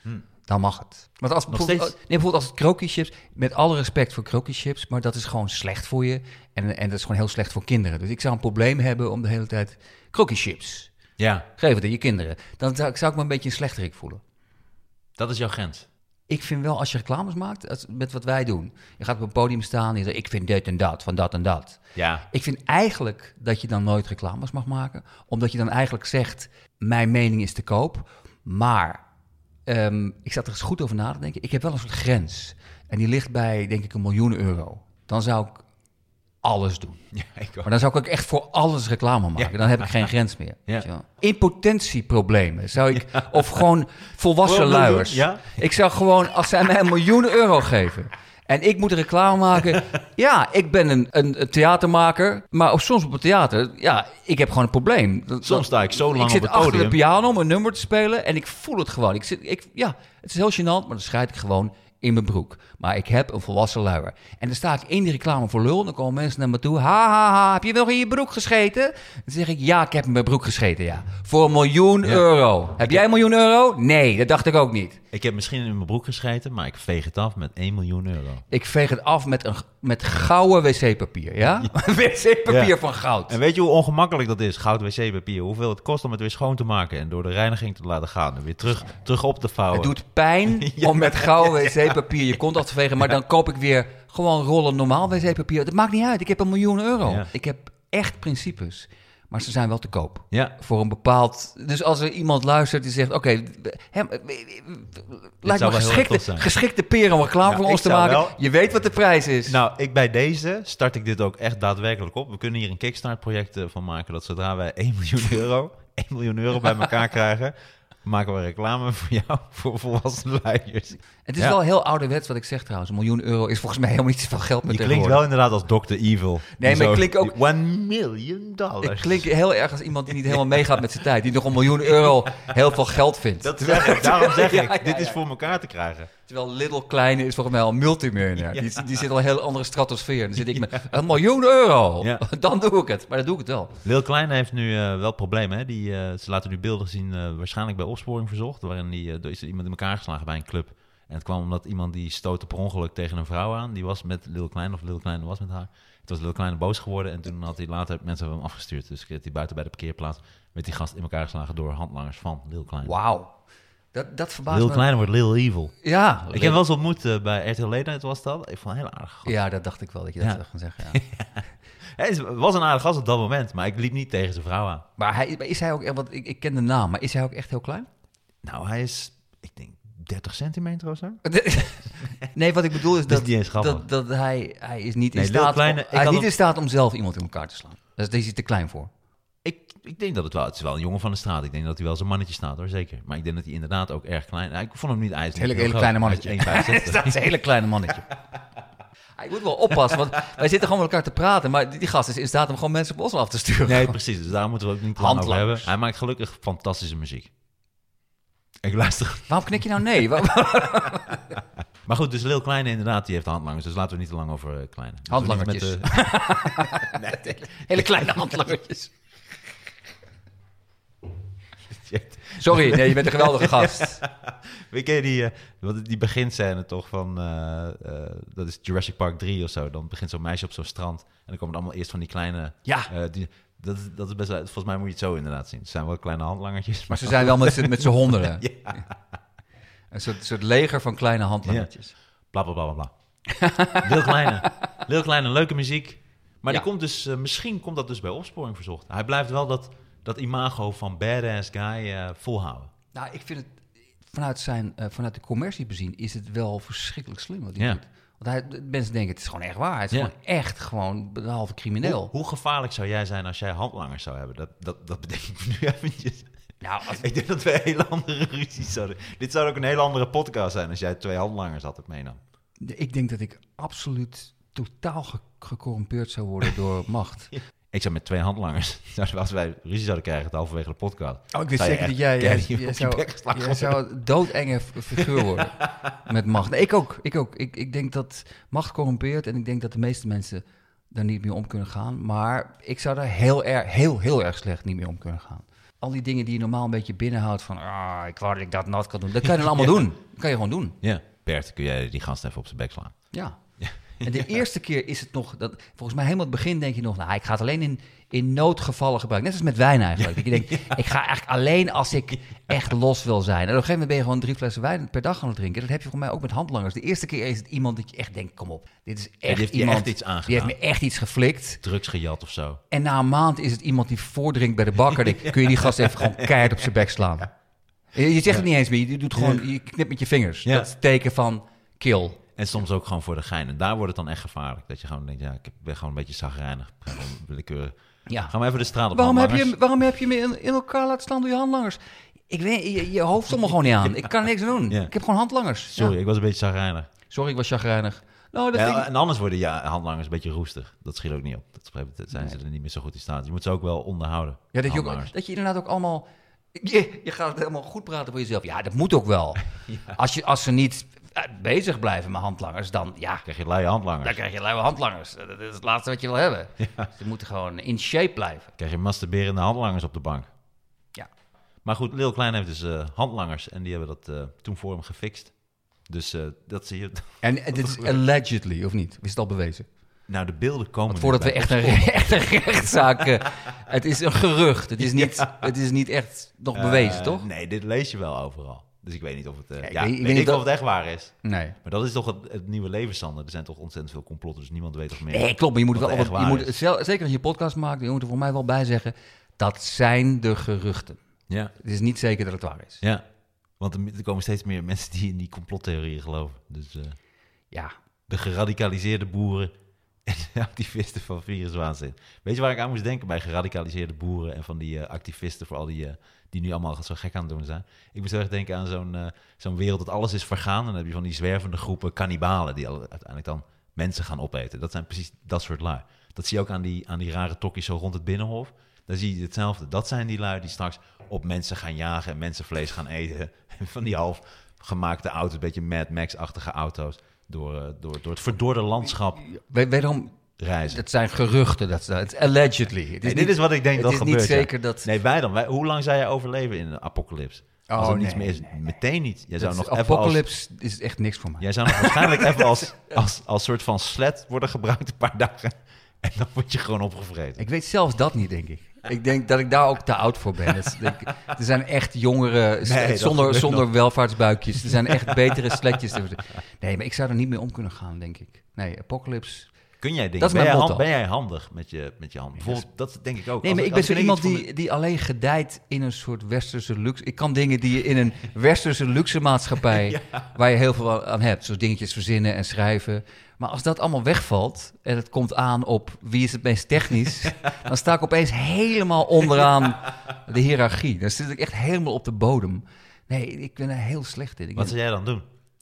dan mag het. Want als bijvoorbeeld, steeds? nee, bijvoorbeeld als het krokieschips, met alle respect voor krokieschips, maar dat is gewoon slecht voor je. En, en dat is gewoon heel slecht voor kinderen. Dus ik zou een probleem hebben om de hele tijd krokieschips. Ja, Geef het aan je kinderen. Dan zou, zou ik me een beetje een slechterik voelen. dat is jouw grens. Ik vind wel, als je reclames maakt, als, met wat wij doen. Je gaat op een podium staan en je zegt, ik vind dit en dat, van dat en dat. Ja, Ik vind eigenlijk dat je dan nooit reclames mag maken. Omdat je dan eigenlijk zegt, mijn mening is te koop. Maar um, ik zat er eens goed over na te denken. Ik heb wel een soort grens. En die ligt bij, denk ik, een miljoen euro. Dan zou ik alles doen. ja ik ook. Maar dan zou ik ook echt voor alles reclame maken. Ja. Dan heb ik geen grens meer. Ja. Weet je wel. Impotentieproblemen zou ik... Of gewoon volwassen luiers. Ja? Ik zou gewoon, als zij mij een miljoen euro geven... en ik moet reclame maken... ja, ik ben een, een, een theatermaker... maar of soms op het theater... ja, ik heb gewoon een probleem. Dat- Soms sta ik zo lang ik zit op het achter podium. de piano om een nummer te spelen... en ik voel het gewoon. Ik zit, ik, ja, het is heel gênant, maar dan schijt ik gewoon... in mijn broek. Maar ik heb een volwassen luier. En dan sta ik in die reclame voor lul. Dan komen mensen naar me toe. Ha, ha, ha. Heb je nog in je broek gescheten? Dan zeg ik, ja, ik heb in mijn broek gescheten, ja. Voor een miljoen Ja. euro. Heb jij een miljoen euro? Nee, dat dacht ik ook niet. Ik heb misschien in mijn broek gescheten, maar ik veeg het af met één miljoen euro. Ik veeg het af met, een, met gouden wc-papier, ja? wc-papier Ja. van goud. En weet je hoe ongemakkelijk dat is, goud wc-papier? Hoeveel het kost om het weer schoon te maken en door de reiniging te laten gaan. En weer terug, terug op te vouwen. Het doet pijn Ja. om met gouden wc-papier je kont af te vegen. Maar dan koop ik weer gewoon rollen normaal wc-papier. Dat maakt niet uit. Ik heb een miljoen euro. Ja. Ik heb echt principes. Maar ze zijn wel te koop. Ja, Voor een bepaald... Dus als er iemand luistert die zegt... Oké, hem- lijkt zou me wel heel erg geschikte, tof zijn. geschikte peer om reclame Nou, voor ik ons te zou maken. wel- Je weet wat de prijs is. nou, ik bij deze start ik dit ook echt daadwerkelijk op. We kunnen hier een Kickstart-project eh, van maken, dat zodra wij één miljoen euro, één miljoen euro bij elkaar krijgen, maken we reclame voor jou, voor volwassen luiers. het is ja. wel heel ouderwets wat ik zeg trouwens. Een miljoen euro is volgens mij helemaal niet zoveel geld meer Je klinkt tegenwoordig. wel inderdaad als dokter Evil. Nee, Die maar ik zo- klink ook- die One million dollars. Ik klink heel erg als iemand die niet helemaal meegaat met zijn tijd. Die nog een miljoen euro heel veel geld vindt. Dat zeg ik, daarom zeg Ja, ik, ja, dit is ja. voor elkaar te krijgen. Terwijl Little Kleine is volgens mij al multimiljonair. Ja. Die, die zit al een heel andere stratosfeer. Dan zit ik met een miljoen euro. Ja. Dan doe ik het. Maar dan doe ik het wel. Lil Kleine heeft nu eh, wel problemen. Hè? Die, eh, ze laten nu beelden zien, eh, waarschijnlijk bij opsporing verzocht. Waarin die, eh, er is iemand in elkaar geslagen bij een club. En het kwam omdat iemand die stootte per ongeluk tegen een vrouw aan. Die was met Lil Kleine, of Lil Kleine was met haar. Het was Lil Kleine boos geworden. En toen had hij later mensen hebben hem afgestuurd. Dus werd hij buiten bij de parkeerplaats met die gast in elkaar geslagen door handlangers van Lil Kleine. Wauw. Dat, dat verbaast Lil me. Kleine wordt Lil Evil. Ja. Ik heb wel eens ontmoet eh, bij R T L Late Night was dat. Ik vond een heel aardig gast. Ja, dat dacht ik wel dat je dat Ja. zou gaan zeggen. Ja. Hij was een aardig gast op dat moment, maar ik liep niet tegen zijn vrouw aan. Maar hij, is hij ook... echt- Want ik, ik ken de naam. Maar is hij ook echt heel klein? Nou, hij is, ik denk, dertig centimeter of zo. Nee, wat ik bedoel is Dat is dat, niet eens grappig. dat, dat hij, hij is niet in Nee, Lil staat... Kleine- om, ik hij is had niet hem- in staat om zelf iemand in elkaar te slaan. Dus daar is hij te klein voor. Ik, ik denk dat het wel... Het is wel een jongen van de straat. Ik denk dat hij wel zijn mannetje staat, hoor. Zeker. Maar ik denk dat hij inderdaad ook erg klein... Nou, ik vond hem niet ijs. Hele, hele kleine mannetje. Dat is een hele kleine mannetje. Ik moet wel oppassen, want wij zitten gewoon met elkaar te praten. Maar die, die gast is in staat om gewoon mensen op ons af te sturen. Nee, precies. Dus daar moeten we ook niet te lang over Handlangers. hebben. Hij maakt gelukkig fantastische muziek. Ik luister... Waarom knik je nou nee? Waar- Maar goed, dus Lil Kleine inderdaad, die heeft handlangers. Dus laten we niet te lang over uh, Kleine. Dus Handlangertjes. we niet met de- Hele kleine handlangertjes. Shit. Sorry, nee, je bent een geweldige gast. Weet je die, eh, wat- die beginscène toch van... eh, eh, dat is Jurassic Park drie of zo. Dan begint zo'n meisje op zo'n strand. En dan komen er allemaal eerst van die kleine... Ja. eh, die, dat, is, dat is best wel... Volgens mij moet je het zo inderdaad zien. Het zijn wel kleine handlangertjes. Maar ze zijn wel met z'n met z'n honderden. Ja. Een soort, soort leger van kleine handlangertjes. Bla, bla, bla, bla, bla. Lil Kleine. Lil Kleine, leuke muziek. Maar Ja. die komt dus... eh, misschien komt dat dus bij opsporing verzocht. Hij blijft wel dat, dat imago van badass guy eh, volhouden. Nou, ik vind het vanuit, zijn, uh, vanuit de commercie bezien is het wel verschrikkelijk slim wat hij Ja. doet. Want hij, mensen denken, het is gewoon echt waar. Het is Ja. gewoon echt gewoon een halve crimineel. Hoe, hoe gevaarlijk zou jij zijn als jij handlangers zou hebben? Dat, dat, dat betekent nu eventjes... Nou, als, Ik denk dat we een hele andere ruzies zouden... Dit zou ook een hele andere podcast zijn als jij twee handlangers altijd meenam. ik denk dat ik absoluut totaal ge- gecorrumpeerd zou worden door macht. Ik zou met twee handlangers... Als wij ruzie zouden krijgen, het halverwege de podcast... Oh, ik wist zou je zeker echt dat jij, jij, keihard jij op je zou, bek geslagen jij zou een doodenge f- figuur worden met macht. Nee, ik ook. Ik, ook. Ik, ik denk dat macht corrumpeert en ik denk dat de meeste mensen daar niet mee om kunnen gaan. Maar ik zou daar heel erg, heel, heel erg slecht niet mee om kunnen gaan. al die dingen die je normaal een beetje binnenhoudt van, ah, ik wou dat ik dat nat kan doen. Dat kan je dan allemaal ja. doen. Dat kan je gewoon doen. Ja, Bert, kun jij die gast even op zijn bek slaan? Ja. En de eerste keer is het nog, dat, volgens mij helemaal het begin denk je nog, nou, ik ga het alleen in, in noodgevallen gebruiken. Net als met wijn eigenlijk. Dat je denkt, ik ga eigenlijk alleen als ik echt los wil zijn. En op een gegeven moment ben je gewoon drie flessen wijn per dag gaan drinken. Dat heb je voor mij ook met handlangers. De eerste keer is het iemand dat je echt denkt, kom op, dit is echt ja, die heeft iemand, echt iets aangedaan. Die heeft me echt iets geflikt. Drugs gejat of zo. En na een maand is het iemand die voordrinkt bij de bakker. Dan kun je die gast even gewoon keihard op zijn bek slaan. Je zegt ja. het niet eens meer, je doet gewoon, je knipt met je vingers. Ja. Dat is het teken van kill. En soms ook gewoon voor de gein. En daar wordt het dan echt gevaarlijk. Dat je gewoon denkt, ja, ik ben gewoon een beetje zagrijnig. Willekeurig. Ja. Gaan we even de straat op. Waarom heb, je, waarom heb je me in, in elkaar laten slaan door je handlangers? Ik weet, je, je hoofd stond me gewoon niet aan. Ik kan niks doen. Ja. Ik heb gewoon handlangers. Sorry, ja. ik was een beetje zagrijnig. Sorry, ik was chagrijnig. Nou, dat ja, ik... En anders worden ja, handlangers een beetje roestig. Dat schiet ook niet op. Dat zijn nee. ze er niet meer zo goed in staat. Je moet ze ook wel onderhouden. Ja, dat, je ook, dat je inderdaad ook allemaal... Je, je gaat het helemaal goed praten voor jezelf. Ja, dat moet ook wel. Ja. Als, je, als ze niet... bezig blijven met handlangers, dan ja... krijg je luie handlangers. Dan krijg je luie handlangers. Dat is het laatste wat je wil hebben. Ja. Ze moeten gewoon in shape blijven. Krijg je masturberende handlangers op de bank. Ja. Maar goed, Lil Klein heeft dus uh, handlangers en die hebben dat uh, toen voor hem gefixt. Dus uh, dat zie je... En dit is allegedly, of niet? Is het al bewezen? Nou, de beelden komen... Want voordat we echt een, echt een rechtszaak... Uh, het is een gerucht. Het is niet, ja. het is niet echt nog bewezen, uh, toch? Nee, dit lees je wel overal. Dus ik weet niet of het, uh, ja, ik ja, weet, weet, ik weet niet dat... of het echt waar is. Nee. Maar dat is toch het, het nieuwe leven, Sander. Er zijn toch ontzettend veel complotten, dus niemand weet toch meer. Nee, klopt. Maar je moet wel altijd, je moet, zeker als je een podcast maakt, je moet er voor mij wel bij zeggen, dat zijn de geruchten. Ja. Het is niet zeker dat het waar is. Ja. Want er komen steeds meer mensen die in die complottheorieën geloven. Dus uh, ja. De geradicaliseerde boeren en de activisten van viruswaanzin. Weet je waar ik aan moest denken bij geradicaliseerde boeren en van die uh, activisten voor al die... Uh, die nu allemaal zo gek aan het doen zijn. Ik moest heel erg denken aan zo'n, uh, zo'n wereld dat alles is vergaan. En dan heb je van die zwervende groepen kannibalen die uiteindelijk dan mensen gaan opeten. Dat zijn precies dat soort lui. Dat zie je ook aan die, aan die rare tokkies zo rond het Binnenhof. Daar zie je hetzelfde. Dat zijn die lui die straks op mensen gaan jagen en mensenvlees gaan eten. En van die half gemaakte auto's, een beetje Mad Max-achtige auto's, door, uh, door, door het verdorde landschap Wederom... reizen. Dat zijn geruchten, dat is allegedly. Het is nee, niet, dit is wat ik denk dat gebeurt. Het is niet zeker ja. dat... Nee, wij dan. Wij, hoe lang zou jij overleven in een apocalypse? Oh, als er nee, niets meer is, nee, nee. meteen niet. Jij zou nog apocalypse als, is echt niks voor mij. Jij zou nog waarschijnlijk even als, als, als soort van sled worden gebruikt een paar dagen. En dan word je gewoon opgevreten. Ik weet zelfs dat niet, denk ik. Ik denk dat ik daar ook te oud voor ben. Dat is, denk, er zijn echt jongeren nee, zonder, zonder welvaartsbuikjes. Er zijn echt betere sletjes. Nee, maar ik zou er niet mee om kunnen gaan, denk ik. Nee, apocalypse... Kun jij dingen? Ben jij, hand, ben jij handig met je, met je handen? Bijvoorbeeld, dat denk ik ook. Nee, maar ik ben zo iemand die, die alleen gedijt in een soort westerse luxe... Ik kan dingen die je in een westerse luxe maatschappij... ja. waar je heel veel aan hebt. Zoals dingetjes verzinnen en schrijven. Maar als dat allemaal wegvalt en het komt aan op wie is het meest technisch... dan sta ik opeens helemaal onderaan de hiërarchie. Dan zit ik echt helemaal op de bodem. Nee, ik ben er heel slecht in. Ik Wat ben, zou jij dan doen?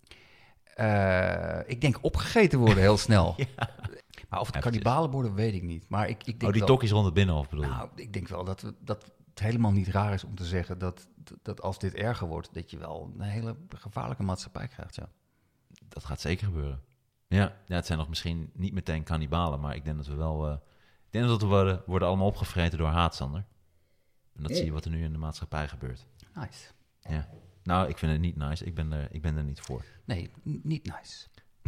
Uh, ik denk opgegeten worden heel snel. ja. Maar of het ja, kannibalen worden, weet ik niet. Maar ik, ik denk oh, die wel, tokkies rond het Binnenhof bedoel je? Nou, ik denk wel dat, we, dat het helemaal niet raar is om te zeggen... Dat, dat als dit erger wordt, dat je wel een hele gevaarlijke maatschappij krijgt. Ja. Dat gaat zeker gebeuren. Ja, ja, het zijn nog misschien niet meteen kannibalen... maar ik denk dat we wel... Uh, ik denk dat we worden, worden allemaal opgevreten door haat, Sander. En dat ja. zie je wat er nu in de maatschappij gebeurt. Nice. Ja. Nou, ik vind het niet nice. Ik ben er, ik ben er niet voor. Nee, n- niet nice.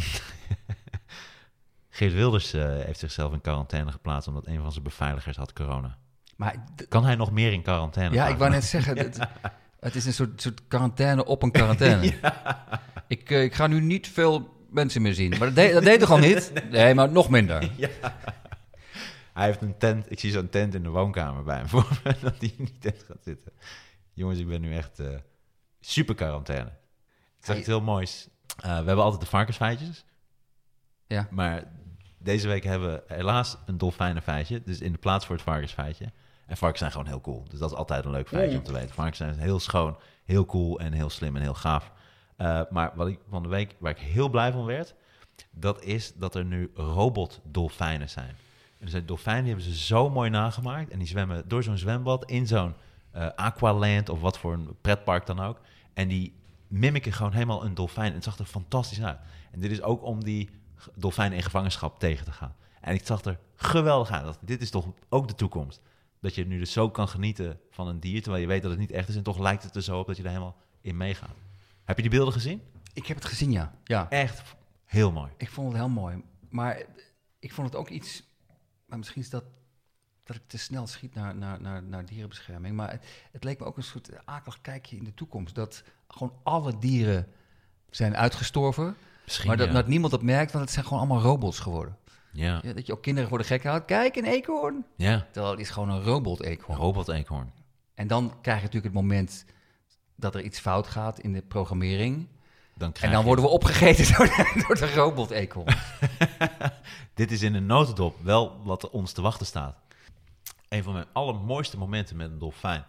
Geert Wilders uh, heeft zichzelf in quarantaine geplaatst... omdat een van zijn beveiligers had corona. Maar d- kan hij nog meer in quarantaine? Ja, ik wou net zeggen... het, het is een soort, soort quarantaine op een quarantaine. ja. ik, uh, ik ga nu niet veel mensen meer zien. Maar dat, de, dat deed toch al niet? Nee, maar nog minder. Ja. Hij heeft een tent... Ik zie zo'n tent in de woonkamer bij hem... voor me dat hij in die tent gaat zitten. Jongens, ik ben nu echt uh, super quarantaine. Ik zeg iets heel moois. Uh, we hebben altijd de varkensfeitjes. Ja. Maar deze week hebben we helaas een dolfijnenfeitje. Dus in de plaats voor het varkensfeitje. En varkens zijn gewoon heel cool. Dus dat is altijd een leuk feitje mm. om te weten. Varkens zijn heel schoon, heel cool en heel slim en heel gaaf. Uh, maar wat ik van de week, waar ik heel blij van werd... dat is dat er nu robotdolfijnen zijn. En dus dolfijnen die hebben ze zo mooi nagemaakt. En die zwemmen door zo'n zwembad in zo'n uh, Aqualand... of wat voor een pretpark dan ook. En die mimiken gewoon helemaal een dolfijn. En het zag er fantastisch uit. En dit is ook om die... dolfijnen in gevangenschap tegen te gaan. En ik zag er geweldig aan. Dat, dit is toch ook de toekomst. Dat je nu dus zo kan genieten van een dier, terwijl je weet dat het niet echt is. En toch lijkt het er zo op dat je er helemaal in meegaat. Heb je die beelden gezien? Ik heb het gezien, ja. ja. Echt heel mooi. Ik vond het heel mooi. Maar ik vond het ook iets... Maar misschien is dat dat ik te snel schiet naar, naar, naar, naar dierenbescherming. Maar het, het leek me ook een soort akelig kijkje in de toekomst. Dat gewoon alle dieren zijn uitgestorven. Misschien, maar dat, ja. dat niemand dat merkt, want het zijn gewoon allemaal robots geworden. Ja. Ja, dat je ook kinderen voor de gek houdt. Kijk, een eekhoorn. Ja. Terwijl het is gewoon een robot-eekhoorn. Robot-eekhoorn. En dan krijg je natuurlijk het moment dat er iets fout gaat in de programmering. Dan En dan je... worden we opgegeten door de, door de robot-eekhoorn. Dit is in een notendop wel wat ons te wachten staat. Een van mijn allermooiste momenten met een dolfijn.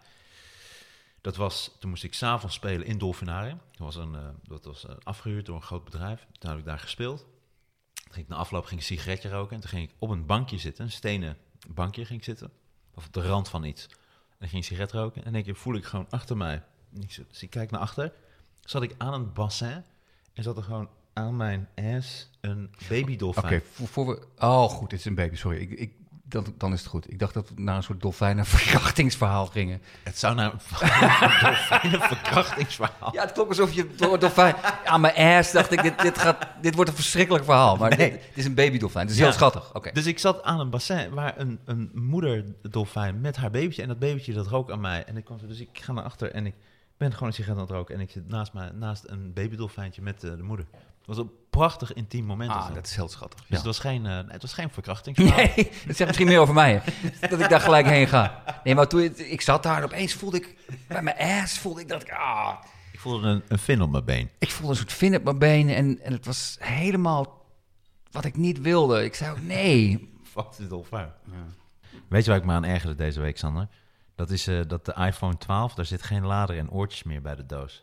Dat was, toen moest ik 's avonds spelen in Dolfinarium. Dat was, een, uh, dat was uh, afgehuurd door een groot bedrijf. Toen heb ik daar gespeeld. Toen ging ik na afloop ging ik een sigaretje roken. En toen ging ik op een bankje zitten, een stenen bankje ging ik zitten. Of op de rand van iets. En dan ging ik een sigaret roken. En in één keer voel ik gewoon achter mij. Dus ik kijk naar achter. Zat ik aan een bassin. En zat er gewoon aan mijn ass een babydolfijn. Oké, okay, voor, voor we... Oh, goed, dit is een baby, sorry. Ik, ik, dan, dan is het goed. Ik dacht dat we naar een soort dolfijnenverkrachtingsverhaal gingen. Het zou naar een dolfijnenverkrachtingsverhaal. Ja, het klonk alsof je door een dolfijn... Aan mijn ass dacht ik, dit, dit, gaat, dit wordt een verschrikkelijk verhaal. Maar Nee. dit, dit is een babydolfijn. Het is Ja. heel schattig. Oké. Dus ik zat aan een bassin waar een, een moederdolfijn met haar babytje... en dat babytje dat rook aan mij. En ik kwam zo, dus ik ga naar achter en ik ben gewoon een sigaret aan het roken... en ik zit naast, mij, naast een babydolfijntje met uh, de moeder. Het was een prachtig intiem moment. Ah, dat is heel schattig. Dus Ja. het was geen, uh, het was geen verkrachtingsverhaal. Nee, dat zegt misschien meer over mij. Hè? Dat ik daar gelijk heen ga. Nee, maar toen je- ik zat daar en opeens voelde ik... Bij mijn ass voelde ik dat ik... Ah, Ik voelde een, een vin op mijn been. ik voelde een soort vin op mijn benen. En, en het was helemaal wat ik niet wilde. Ik zei ook nee. Wat is dolfijn. Ja. Weet je waar ik me aan ergerde deze week, Sander? Dat is uh, dat de iPhone twaalf, daar zit geen lader en oortjes meer bij de doos.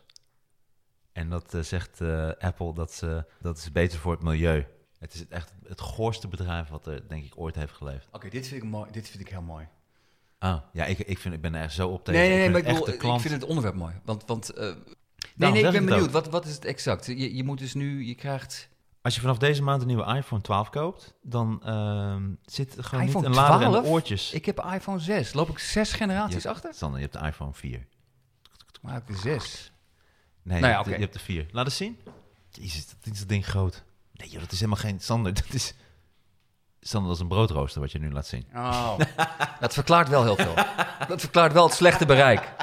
En dat uh, zegt uh, Apple, dat, ze, dat is beter voor het milieu. Het is echt het goorste bedrijf wat er, denk ik, ooit heeft geleefd. Oké, okay, dit vind ik mooi. Dit vind ik heel mooi. Ah, ja, ik, ik, vind, ik ben er echt zo op tegen. Nee, nee, nee, ik maar ik, echt bedoel, de klant... ik vind het onderwerp mooi. Want, want uh, nee, zeg nee, ik ik ben het benieuwd. ook. Wat, wat is het exact? Je, je moet dus nu, je krijgt... Als je vanaf deze maand een nieuwe iPhone twaalf koopt, dan uh, zit er gewoon iPhone niet een lader twaalf? en oortjes. Ik heb iPhone zes. Loop ik zes generaties je, achter? Sander, je hebt de iPhone vier. Maar ik heb de zes. Nee, Nou ja, je, hebt, oké. de, je hebt de vier. Laat eens zien. Jezus, dat is dat ding groot. Nee joh, dat is helemaal geen... Sander, dat is... Sander, dat is een broodrooster wat je nu laat zien. Oh, dat verklaart wel heel veel. Dat verklaart wel het slechte bereik.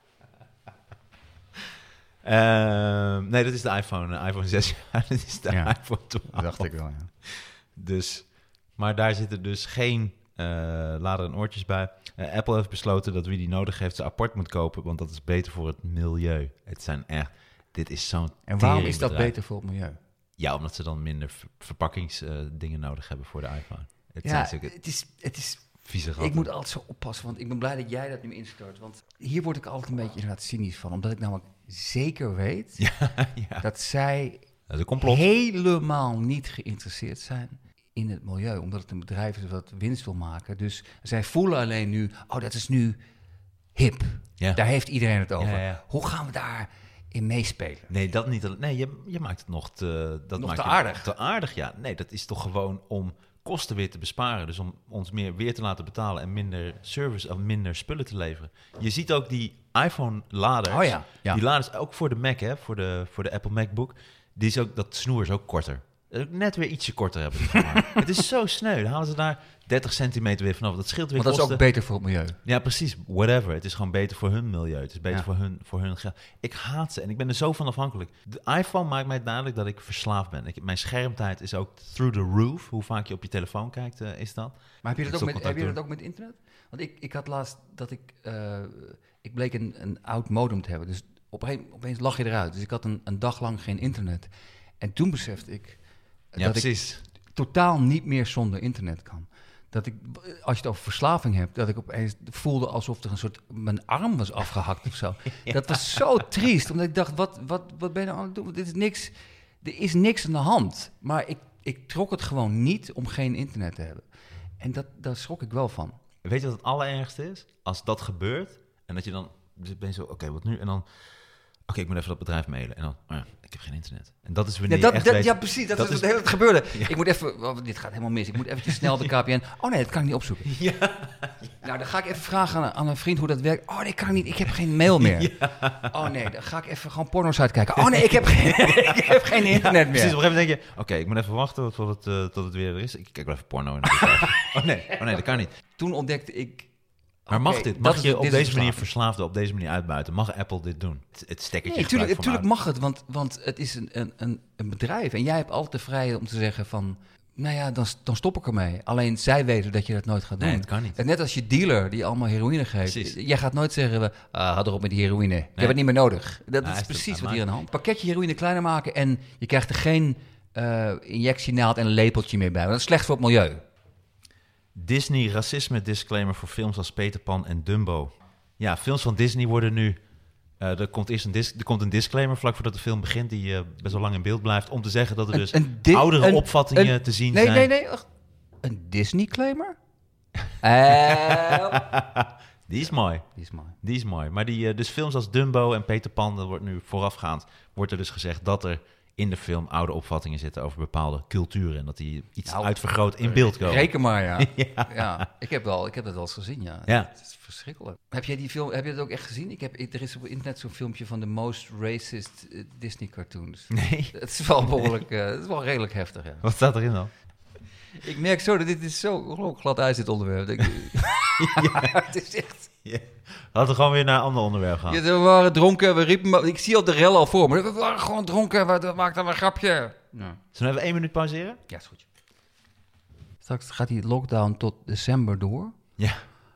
Uh, nee, dat is de iPhone, uh, iPhone zes. Dat is de Ja, iPhone twaalf. Dat dacht ik wel, ja. Dus, maar daar zitten dus geen uh, lader en oortjes bij. Uh, Apple heeft besloten dat wie die nodig heeft ze apart moet kopen, want dat is beter voor het milieu. Het zijn echt... Dit is zo'n En waarom is dat teringbedrijf. beter voor het milieu? Ja, omdat ze dan minder ver- verpakkingsdingen uh, nodig hebben voor de iPhone. Het Ja, zijn zulke het is... Het is vieze ik ratten. moet altijd zo oppassen, want ik ben blij dat jij dat nu instort. Want hier word ik altijd een beetje inderdaad cynisch van. Omdat ik namelijk zeker weet Ja, ja. dat zij Dat is een complot. helemaal niet geïnteresseerd zijn in het milieu. Omdat het een bedrijf is dat winst wil maken. Dus zij voelen alleen nu, oh dat is nu hip. Ja. Daar heeft iedereen het over. Ja, ja. Hoe gaan we daar in meespelen? Nee, dat niet. alleen- Nee, je, je maakt het nog te... Dat Nog maak te je aardig. Te aardig, ja. Nee, dat is toch gewoon om kosten weer te besparen. Dus om ons meer weer te laten betalen en minder service of minder spullen te leveren. Je ziet ook die iPhone-laders. Oh ja, ja. Die laders, ook voor de Mac, hè, voor de, voor de Apple MacBook. Die is ook, dat snoer is ook korter. Ook net weer ietsje korter hebben ze gemaakt. Het is zo sneu. Dan halen ze daar dertig centimeter weer vanaf. Dat scheelt weer Want dat is kosten. ook beter voor het milieu. Ja, precies. Whatever. Het is gewoon beter voor hun milieu. Het is beter Ja. voor hun, voor hun geld. Ik haat ze en ik ben er zo van afhankelijk. De iPhone maakt mij duidelijk dat ik verslaafd ben. Ik, mijn schermtijd is ook through the roof. Hoe vaak je op je telefoon kijkt, uh, is dat. Maar heb je Ik dat, ook zoek met, contact heb je doen. dat ook met internet? Want ik, ik had laatst dat ik... Uh, ik bleek een, een oud modem te hebben. Dus opeens, opeens lag je eruit. Dus ik had een, een dag lang geen internet. En toen besefte ik... Ja, dat precies. ik totaal niet meer zonder internet kan. Dat ik, als je het over verslaving hebt, dat ik opeens voelde alsof er een soort... Mijn arm was afgehakt of zo. Ja. Dat was zo triest. Omdat ik dacht, wat, wat, wat ben je nou aan het doen? Dit is niks, er is niks aan de hand. Maar ik, ik trok het gewoon niet om geen internet te hebben. En dat, daar schrok ik wel van. Weet je wat het allerergste is? Als dat gebeurt en dat je dan... Dus ben je zo, oké, wat nu? En dan... okay, ik moet even dat bedrijf mailen. En dan, oh ja, ik heb geen internet. En dat is wanneer ja, dat, je echt dat, weet... Ja, precies. Dat, dat is wat heel het gebeurde. Ja. Ik moet even... Oh, dit gaat helemaal mis. Ik moet eventjes snel de K P N... Oh nee, dat kan ik niet opzoeken. Ja. Ja. Nou, dan ga ik even vragen aan, aan een vriend hoe dat werkt. Oh nee, kan ik niet. Ik heb geen mail meer. Ja. Oh nee, dan ga ik even gewoon porno's uitkijken. Oh nee, ik heb geen, ik heb geen internet ja, meer. Precies, op een gegeven moment denk je... Oké, okay, ik moet even wachten tot het, uh, tot het weer er is. Ik kijk wel even porno. In de oh nee, oh nee, dat kan niet. Toen ontdekte ik... Maar mag okay, dit? Mag je is, op deze manier verslaafden, op deze manier uitbuiten? Mag Apple dit doen? Het, het stekkertje nee, tuurlijk, tuurlijk mag het, want, want het is een, een, een bedrijf. En jij hebt altijd de vrijheid om te zeggen van... Nou ja, dan, dan stop ik ermee. Alleen zij weten dat je dat nooit gaat doen. Nee, het kan niet. En net als je dealer die allemaal heroïne geeft. Precies. Jij gaat nooit zeggen, ah, had erop met die heroïne. Ik nee. heb het niet meer nodig. Dat nou, is precies wat hier aan de hand. Pakketje heroïne kleiner maken en je krijgt er geen uh, injectienaald en een lepeltje meer bij. Want dat is slecht voor het milieu. Disney racisme disclaimer voor films als Peter Pan en Dumbo. Ja, films van Disney worden nu... Uh, er, komt eerst een dis- er komt een disclaimer vlak voordat de film begint... die uh, best wel lang in beeld blijft... om te zeggen dat er dus een, een di- oudere een, opvattingen een, te zien nee, zijn. Nee, nee, nee. Een Disney-claimer? uh, die is mooi. Die is mooi. Die is mooi. Maar die, uh, dus films als Dumbo en Peter Pan... dat wordt nu voorafgaand... wordt er dus gezegd dat er... in de film oude opvattingen zitten over bepaalde culturen... en dat die iets nou, uitvergroot in beeld komen. Reken maar, ja. ja. ja. Ik heb wel, ik heb het wel eens gezien, ja. ja. Het is verschrikkelijk. Heb jij die film, heb je dat ook echt gezien? Ik heb, er is op internet zo'n filmpje van de most racist uh, Disney cartoons. Nee. Het is wel behoorlijk, uh, het is wel redelijk heftig, ja. Wat staat erin dan? Ik merk zo dat dit is zo ongelooflijk glad ijs, dit onderwerp. Ik, ja, het is echt... Ja. Laten we gewoon weer naar een ander onderwerp gaan. Ja, we waren dronken, we riepen... Ik zie al de rel al voor me. We waren gewoon dronken, we maakten dan een grapje. Nou. Zullen we even één minuut pauzeren? Ja, is goed. Straks gaat die lockdown tot december door. Ja.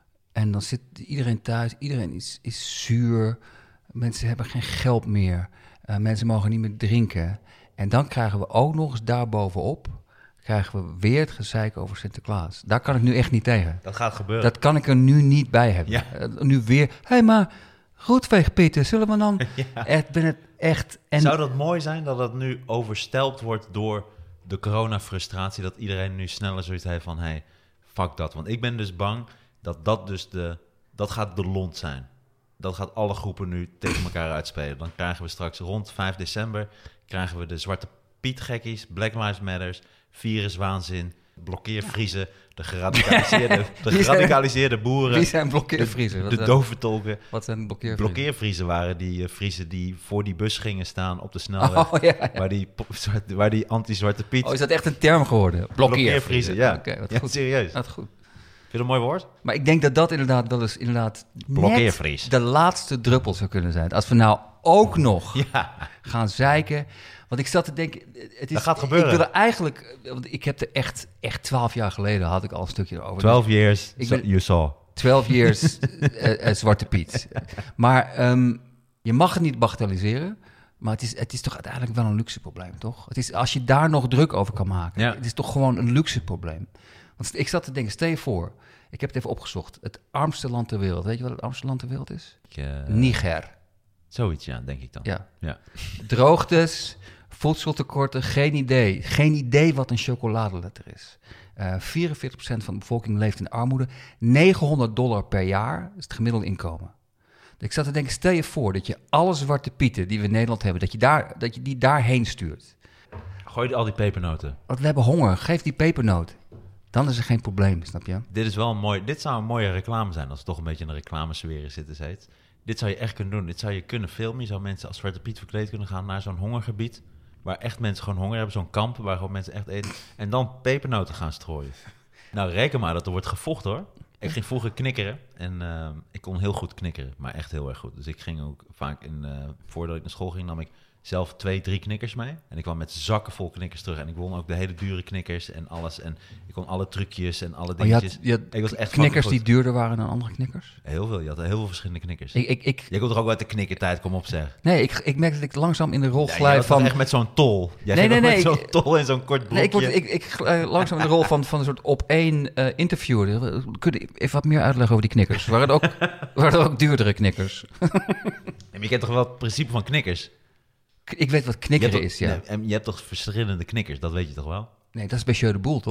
En dan zit iedereen thuis, iedereen is, is zuur. Mensen hebben geen geld meer. Uh, mensen mogen niet meer drinken. En dan krijgen we ook nog eens daarbovenop... krijgen we weer het gezeik over Sinterklaas. Daar kan ik nu echt niet tegen. Dat gaat gebeuren. Dat kan ik er nu niet bij hebben. Ja. Uh, nu weer, hé hey, maar, Roetveeg Pieter, zullen we dan... ja. echt, ben het echt... En... Zou dat mooi zijn dat het nu overstelpt wordt door de coronafrustratie... dat iedereen nu sneller zoiets heeft van, hé, hey, fuck dat. Want ik ben dus bang dat dat dus de... dat gaat de lont zijn. Dat gaat alle groepen nu tegen elkaar uitspelen. Dan krijgen we straks rond vijf december... krijgen we de Zwarte Piet-gekkies, Black Lives Matters... viruswaanzin, blokkeervriezen, de geradicaliseerde, de geradicaliseerde boeren. Wie zijn blokkeervriezen? De, de doventolken. Wat zijn blokkeervriezen? Blokkeervriezen waren die uh, vriezen die voor die bus gingen staan op de snelweg. Oh, ja, ja. Waar die, waar die anti-Zwarte Piet... Oh, is dat echt een term geworden? Blokkeervriezen, ja. Okay, wat ja, goed. serieus. Wat goed. Vind je dat een mooi woord? Maar ik denk dat dat inderdaad wel eens inderdaad Blokkeervries. de laatste druppel zou kunnen zijn. Als we nou ook nog ja. gaan zeiken... Want ik zat te denken, het is, dat gaat gebeuren. Ik wil eigenlijk, want ik heb er echt, echt twaalf jaar geleden had ik al een stukje over. Twelve dus years, ik ben, you saw. Twelve years, uh, uh, Zwarte Piet. Maar um, je mag het niet bagatelliseren, maar het is, het is toch uiteindelijk wel een luxe probleem, toch? Het is, als je daar nog druk over kan maken, ja. Het is toch gewoon een luxe probleem. Want ik zat te denken, stel je voor, ik heb het even opgezocht, het armste land ter wereld. Weet je wat het armste land ter wereld is? Ik, uh, Niger. Zoiets, ja, denk ik dan. Ja. ja. Droogtes... Voedseltekorten, geen idee. Geen idee wat een chocoladeletter is. Uh, vierenveertig procent van de bevolking leeft in armoede. negenhonderd dollar per jaar is het gemiddelde inkomen. Dus ik zat te denken, stel je voor dat je alle Zwarte Pieten die we in Nederland hebben... dat je, daar, dat je die daarheen stuurt. Gooi al die pepernoten. Want we hebben honger, geef die pepernoot. Dan is er geen probleem, snap je? Dit is wel een mooi, dit zou een mooie reclame zijn... als het toch een beetje in de reclamesfeer zitten steeds. Dit zou je echt kunnen doen. Dit zou je kunnen filmen. Je zou mensen als Zwarte Piet verkleed kunnen gaan naar zo'n hongergebied... waar echt mensen gewoon honger hebben, zo'n kamp waar gewoon mensen echt eten... en dan pepernoten gaan strooien. Nou, reken maar dat er wordt gevochten, hoor. Ik ging vroeger knikkeren en uh, ik kon heel goed knikkeren, maar echt heel erg goed. Dus ik ging ook vaak, in, uh, voordat ik naar school ging, nam ik zelf twee, drie knikkers mee. En ik kwam met zakken vol knikkers terug en ik won ook de hele dure knikkers en alles. En ik kon alle trucjes en alle dingetjes. Oh, je had, je had ik was echt knikkers die duurder waren dan andere knikkers? Heel veel, je had heel veel verschillende knikkers. Ik, ik, ik, Jij komt toch ook uit de knikkertijd, kom op zeg. Nee, ik, ik merk dat ik langzaam in de rol ja, glij van... echt met zo'n tol. Jij nee, nee, nee. Met zo'n tol en zo'n kort broekje. Nee, ik, word, ik, ik glij langzaam in de rol van, van een soort op één uh, interviewer. Kun je even wat meer uitleggen over die knikkers? Waren het ook, waren het ook duurdere knikkers? Ja, maar je kent toch wel het principe van knikkers? Ik weet wat knikkeren is, ja. Nee, en je hebt toch verschillende knikkers, dat weet je toch wel? Nee, dat is bij Jeu de Boel, toch?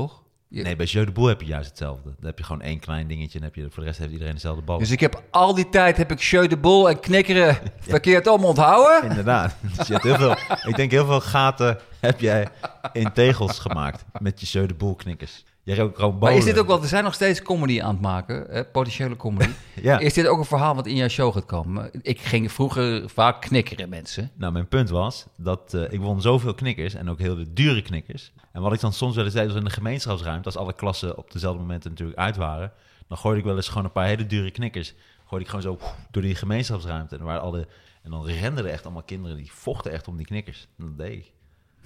Je... Nee, bij Jeu de Boel heb je juist hetzelfde. Dan heb je gewoon één klein dingetje en heb je, voor de rest heeft iedereen dezelfde bal. Dus ik heb al die tijd heb ik Jeu de Boel en knikkeren ja. verkeerd om onthouden. Inderdaad. Dus je hebt heel veel, ik denk heel veel gaten heb jij in tegels gemaakt met je Jeu de Boel knikkers. Jij hebt ook gewoon maar is dit ook wel, we zijn nog steeds comedy aan het maken, hè? Potentiële comedy. ja. Is dit ook een verhaal wat in jouw show gaat komen? Ik ging vroeger vaak knikkeren, mensen. Nou, mijn punt was dat uh, ik won zoveel knikkers en ook heel de dure knikkers. En wat ik dan soms wel eens deed, was in de gemeenschapsruimte, als alle klassen op dezelfde momenten natuurlijk uit waren, dan gooide ik wel eens gewoon een paar hele dure knikkers. Gooide ik gewoon zo door die gemeenschapsruimte. En, dan waren alle, en dan renden er echt allemaal kinderen, die vochten echt om die knikkers. En dat deed ik.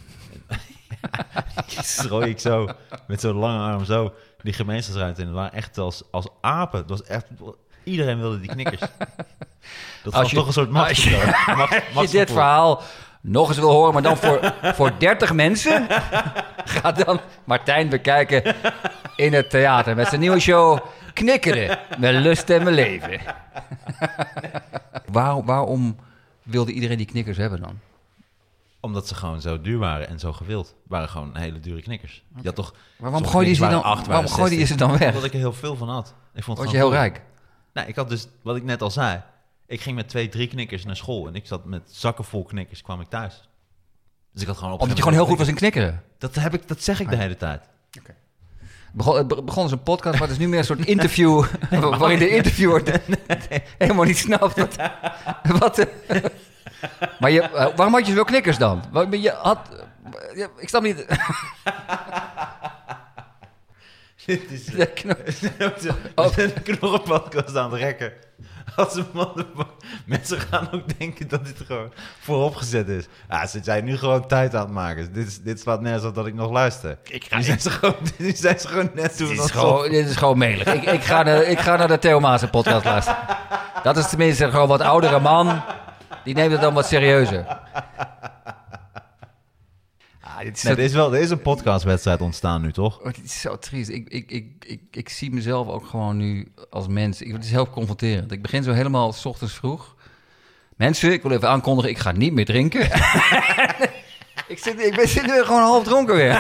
Strooi ik zo met zo'n lange arm zo die gemeenschapsruimte in. Het waren echt als, als apen. Het was echt, iedereen wilde die knikkers. Dat was toch een soort machtsvertoon. Als je, als je dit verhaal nog eens wil horen, maar dan voor, voor dertig mensen, ga dan Martijn bekijken in het theater met zijn nieuwe show Knikkeren met lust en mijn leven. Waar, waarom wilde iedereen die knikkers hebben dan? Omdat ze gewoon zo duur waren en zo gewild. Het waren gewoon hele dure knikkers. Je had toch, maar waarom gooide je ze dan, acht, waarom gooide je ze dan weg? Omdat ik er heel veel van had. Ik vond het was je heel cool. rijk? Nee, ik had dus, wat ik net al zei, ik ging met twee, drie knikkers naar school. En ik zat met zakken vol knikkers, kwam ik thuis. Dus ik had gewoon op Omdat je gewoon heel goed was in knikkeren? Dat, heb ik, dat zeg ik de hele tijd. Okay. Begon, het begon als een podcast, maar het is nu meer een soort interview... waarin de interviewer nee. helemaal niet snapt wat... wat maar je, waarom had je zoveel knikkers dan? Je had... Ik snap niet... Dit is de een knorrenpodcast aan het rekken. Als een man, mensen gaan ook denken dat dit gewoon voorop gezet is. Ah, ze zijn nu gewoon tijd aan het maken. Dit, is, dit slaat nergens op dat ik nog luister. Ik ga, nu, zijn ze gewoon, nu zijn ze gewoon net toen. Dit is, gewoon, dit is gewoon melig. ik, ik, ga naar, ik ga naar de Theo Maassen podcast luisteren. Dat is tenminste gewoon wat oudere man. Die neemt het dan wat serieuzer. Ah, dit is nee, zo... er, is wel, er is een podcastwedstrijd ontstaan nu, toch? Oh, dit is zo triest. Ik, ik, ik, ik, ik zie mezelf ook gewoon nu als mens. Ik, het is heel confronterend. Ik begin zo helemaal 's ochtends vroeg. Mensen, ik wil even aankondigen, ik ga niet meer drinken. ik, zit, ik ben zit nu gewoon half dronken weer.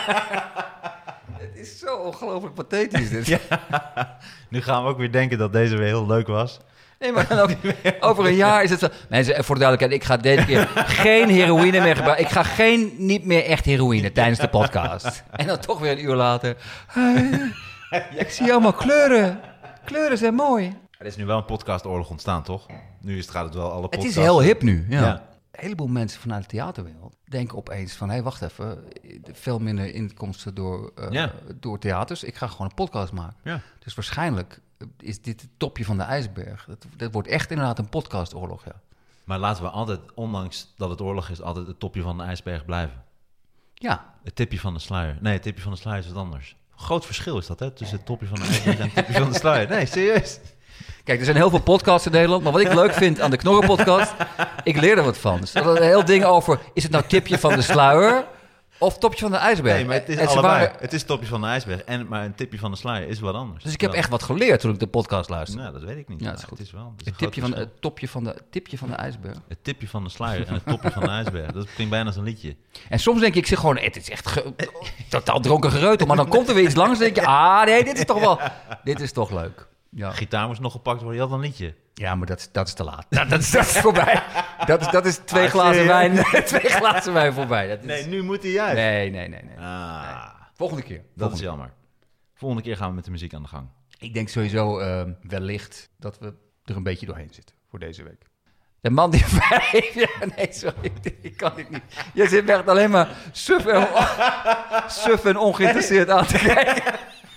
Het is zo ongelooflijk pathetisch dit. Ja. Nu gaan we ook weer denken dat deze weer heel leuk was. Nee, maar dan ook, over een jaar is het zo... Mensen, voor de duidelijkheid, ik ga deze keer geen heroïne meer gebruiken. Ik ga geen, niet meer echt heroïne tijdens de podcast. En dan toch weer een uur later... Hey, ik zie allemaal kleuren. Kleuren zijn mooi. Er is nu wel een podcastoorlog ontstaan, toch? Nu is het, gaat het wel alle podcasts... Het is heel hip nu, ja. ja. Een heleboel mensen vanuit de theaterwereld denken opeens van... hé, hey, wacht even, veel minder inkomsten door, uh, ja. door theaters. Ik ga gewoon een podcast maken. Ja. Dus waarschijnlijk... is dit het topje van de ijsberg. Dat, dat wordt echt inderdaad een podcastoorlog, ja. Maar laten we altijd, ondanks dat het oorlog is... altijd het topje van de ijsberg blijven. Ja. Het tipje van de sluier. Nee, het tipje van de sluier is wat anders. Groot verschil is dat, hè? Tussen het topje van de ijsberg en het tipje van de sluier. Nee, serieus. Kijk, er zijn heel veel podcasts in Nederland... maar wat ik leuk vind aan de Knorren-podcast... ik leer er wat van. Dus dat is een heel ding over... is het nou tipje van de sluier... of topje van de ijsberg? Nee, maar het is en allebei. Waren... Het is topje van de ijsberg. En, maar een tipje van de sluier is wat anders. Dus ik heb wel. echt wat geleerd toen ik de podcast luisterde. Nou, dat weet ik niet. Ja, dat is goed. Het is wel. Het, is het, tipje van, het topje van de tipje van de ijsberg. Het tipje van de sluier en het topje van de ijsberg. Dat klinkt bijna als een liedje. En soms denk ik, ik zeg gewoon, het is echt ge- totaal dronken gereutel. Maar dan komt er weer iets langs en denk je, ah nee, dit is toch wel, dit is toch leuk. Ja. Gitaar moest nog gepakt worden, je had een liedje. Ja, maar dat, dat is te laat. Dat, dat, is, dat is voorbij. Dat is, dat is twee ah, glazen wijn. twee glazen wijn voorbij. Dat is... Nee, nu moet hij juist. Nee, nee, nee. nee. Ah. nee. Volgende keer. Dat Volgende is jammer. Volgende keer gaan we met de muziek aan de gang. Ik denk sowieso uh, wellicht dat we er een beetje doorheen zitten voor deze week. De man die vijf... Ja, nee, sorry. Ik kan dit niet. Je zit echt alleen maar suf en, suf en ongeïnteresseerd aan te kijken.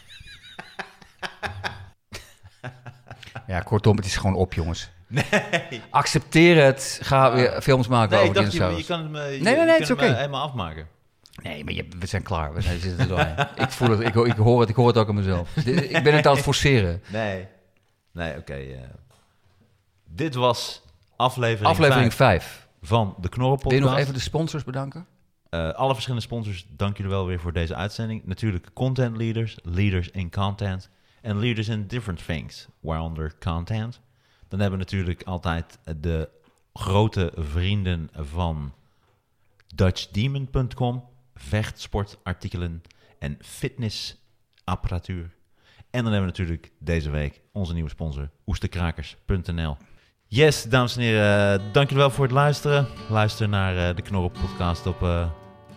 Ja, kortom, het is gewoon op, jongens. Nee. Accepteer het. Ga weer films maken nee, over ik dacht, dinosaurus. Je, je kan hem, je, nee, nee, nee, het is oké. Okay. helemaal afmaken. Nee, maar je, we zijn klaar. We zijn, zitten er doorheen. Ik voel het, ik, ik hoor het, ik hoor het ook aan mezelf. Ik ben het aan het forceren. Nee, nee, oké. Okay, uh, dit was aflevering, aflevering vijf van de Knorren-podcast. Wil je nog even de sponsors bedanken? Uh, alle verschillende sponsors, dank jullie wel weer voor deze uitzending. Natuurlijk content leaders, leaders in content... en leaders in different things, waaronder content. Dan hebben we natuurlijk altijd de grote vrienden van Dutch Demon punt com, vechtsportartikelen en fitness apparatuur. En dan hebben we natuurlijk deze week onze nieuwe sponsor, oesterkrakers punt n l. Yes, dames en heren, uh, dank jullie wel voor het luisteren. Luister naar uh, de Knorren podcast op... Uh...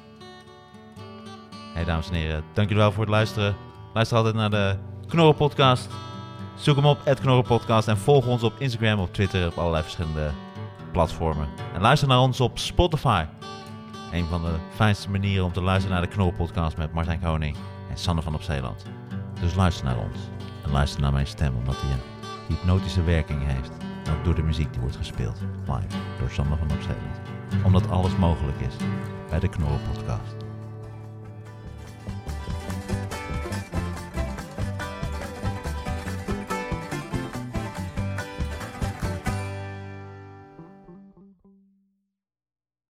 Hey dames en heren, dank jullie wel voor het luisteren. Luister altijd naar de Knorren podcast. Zoek hem op, at Knorren podcast. En volg ons op Instagram, op Twitter, op allerlei verschillende platformen. En luister naar ons op Spotify. Een van de fijnste manieren om te luisteren naar de Knorren podcast met Martijn Koning en Sander van op Zeeland. Dus luister naar ons. En luister naar mijn stem, omdat die een hypnotische werking heeft. En ook door de muziek die wordt gespeeld live door Sander van op Zeeland. Omdat alles mogelijk is bij de Knorren podcast.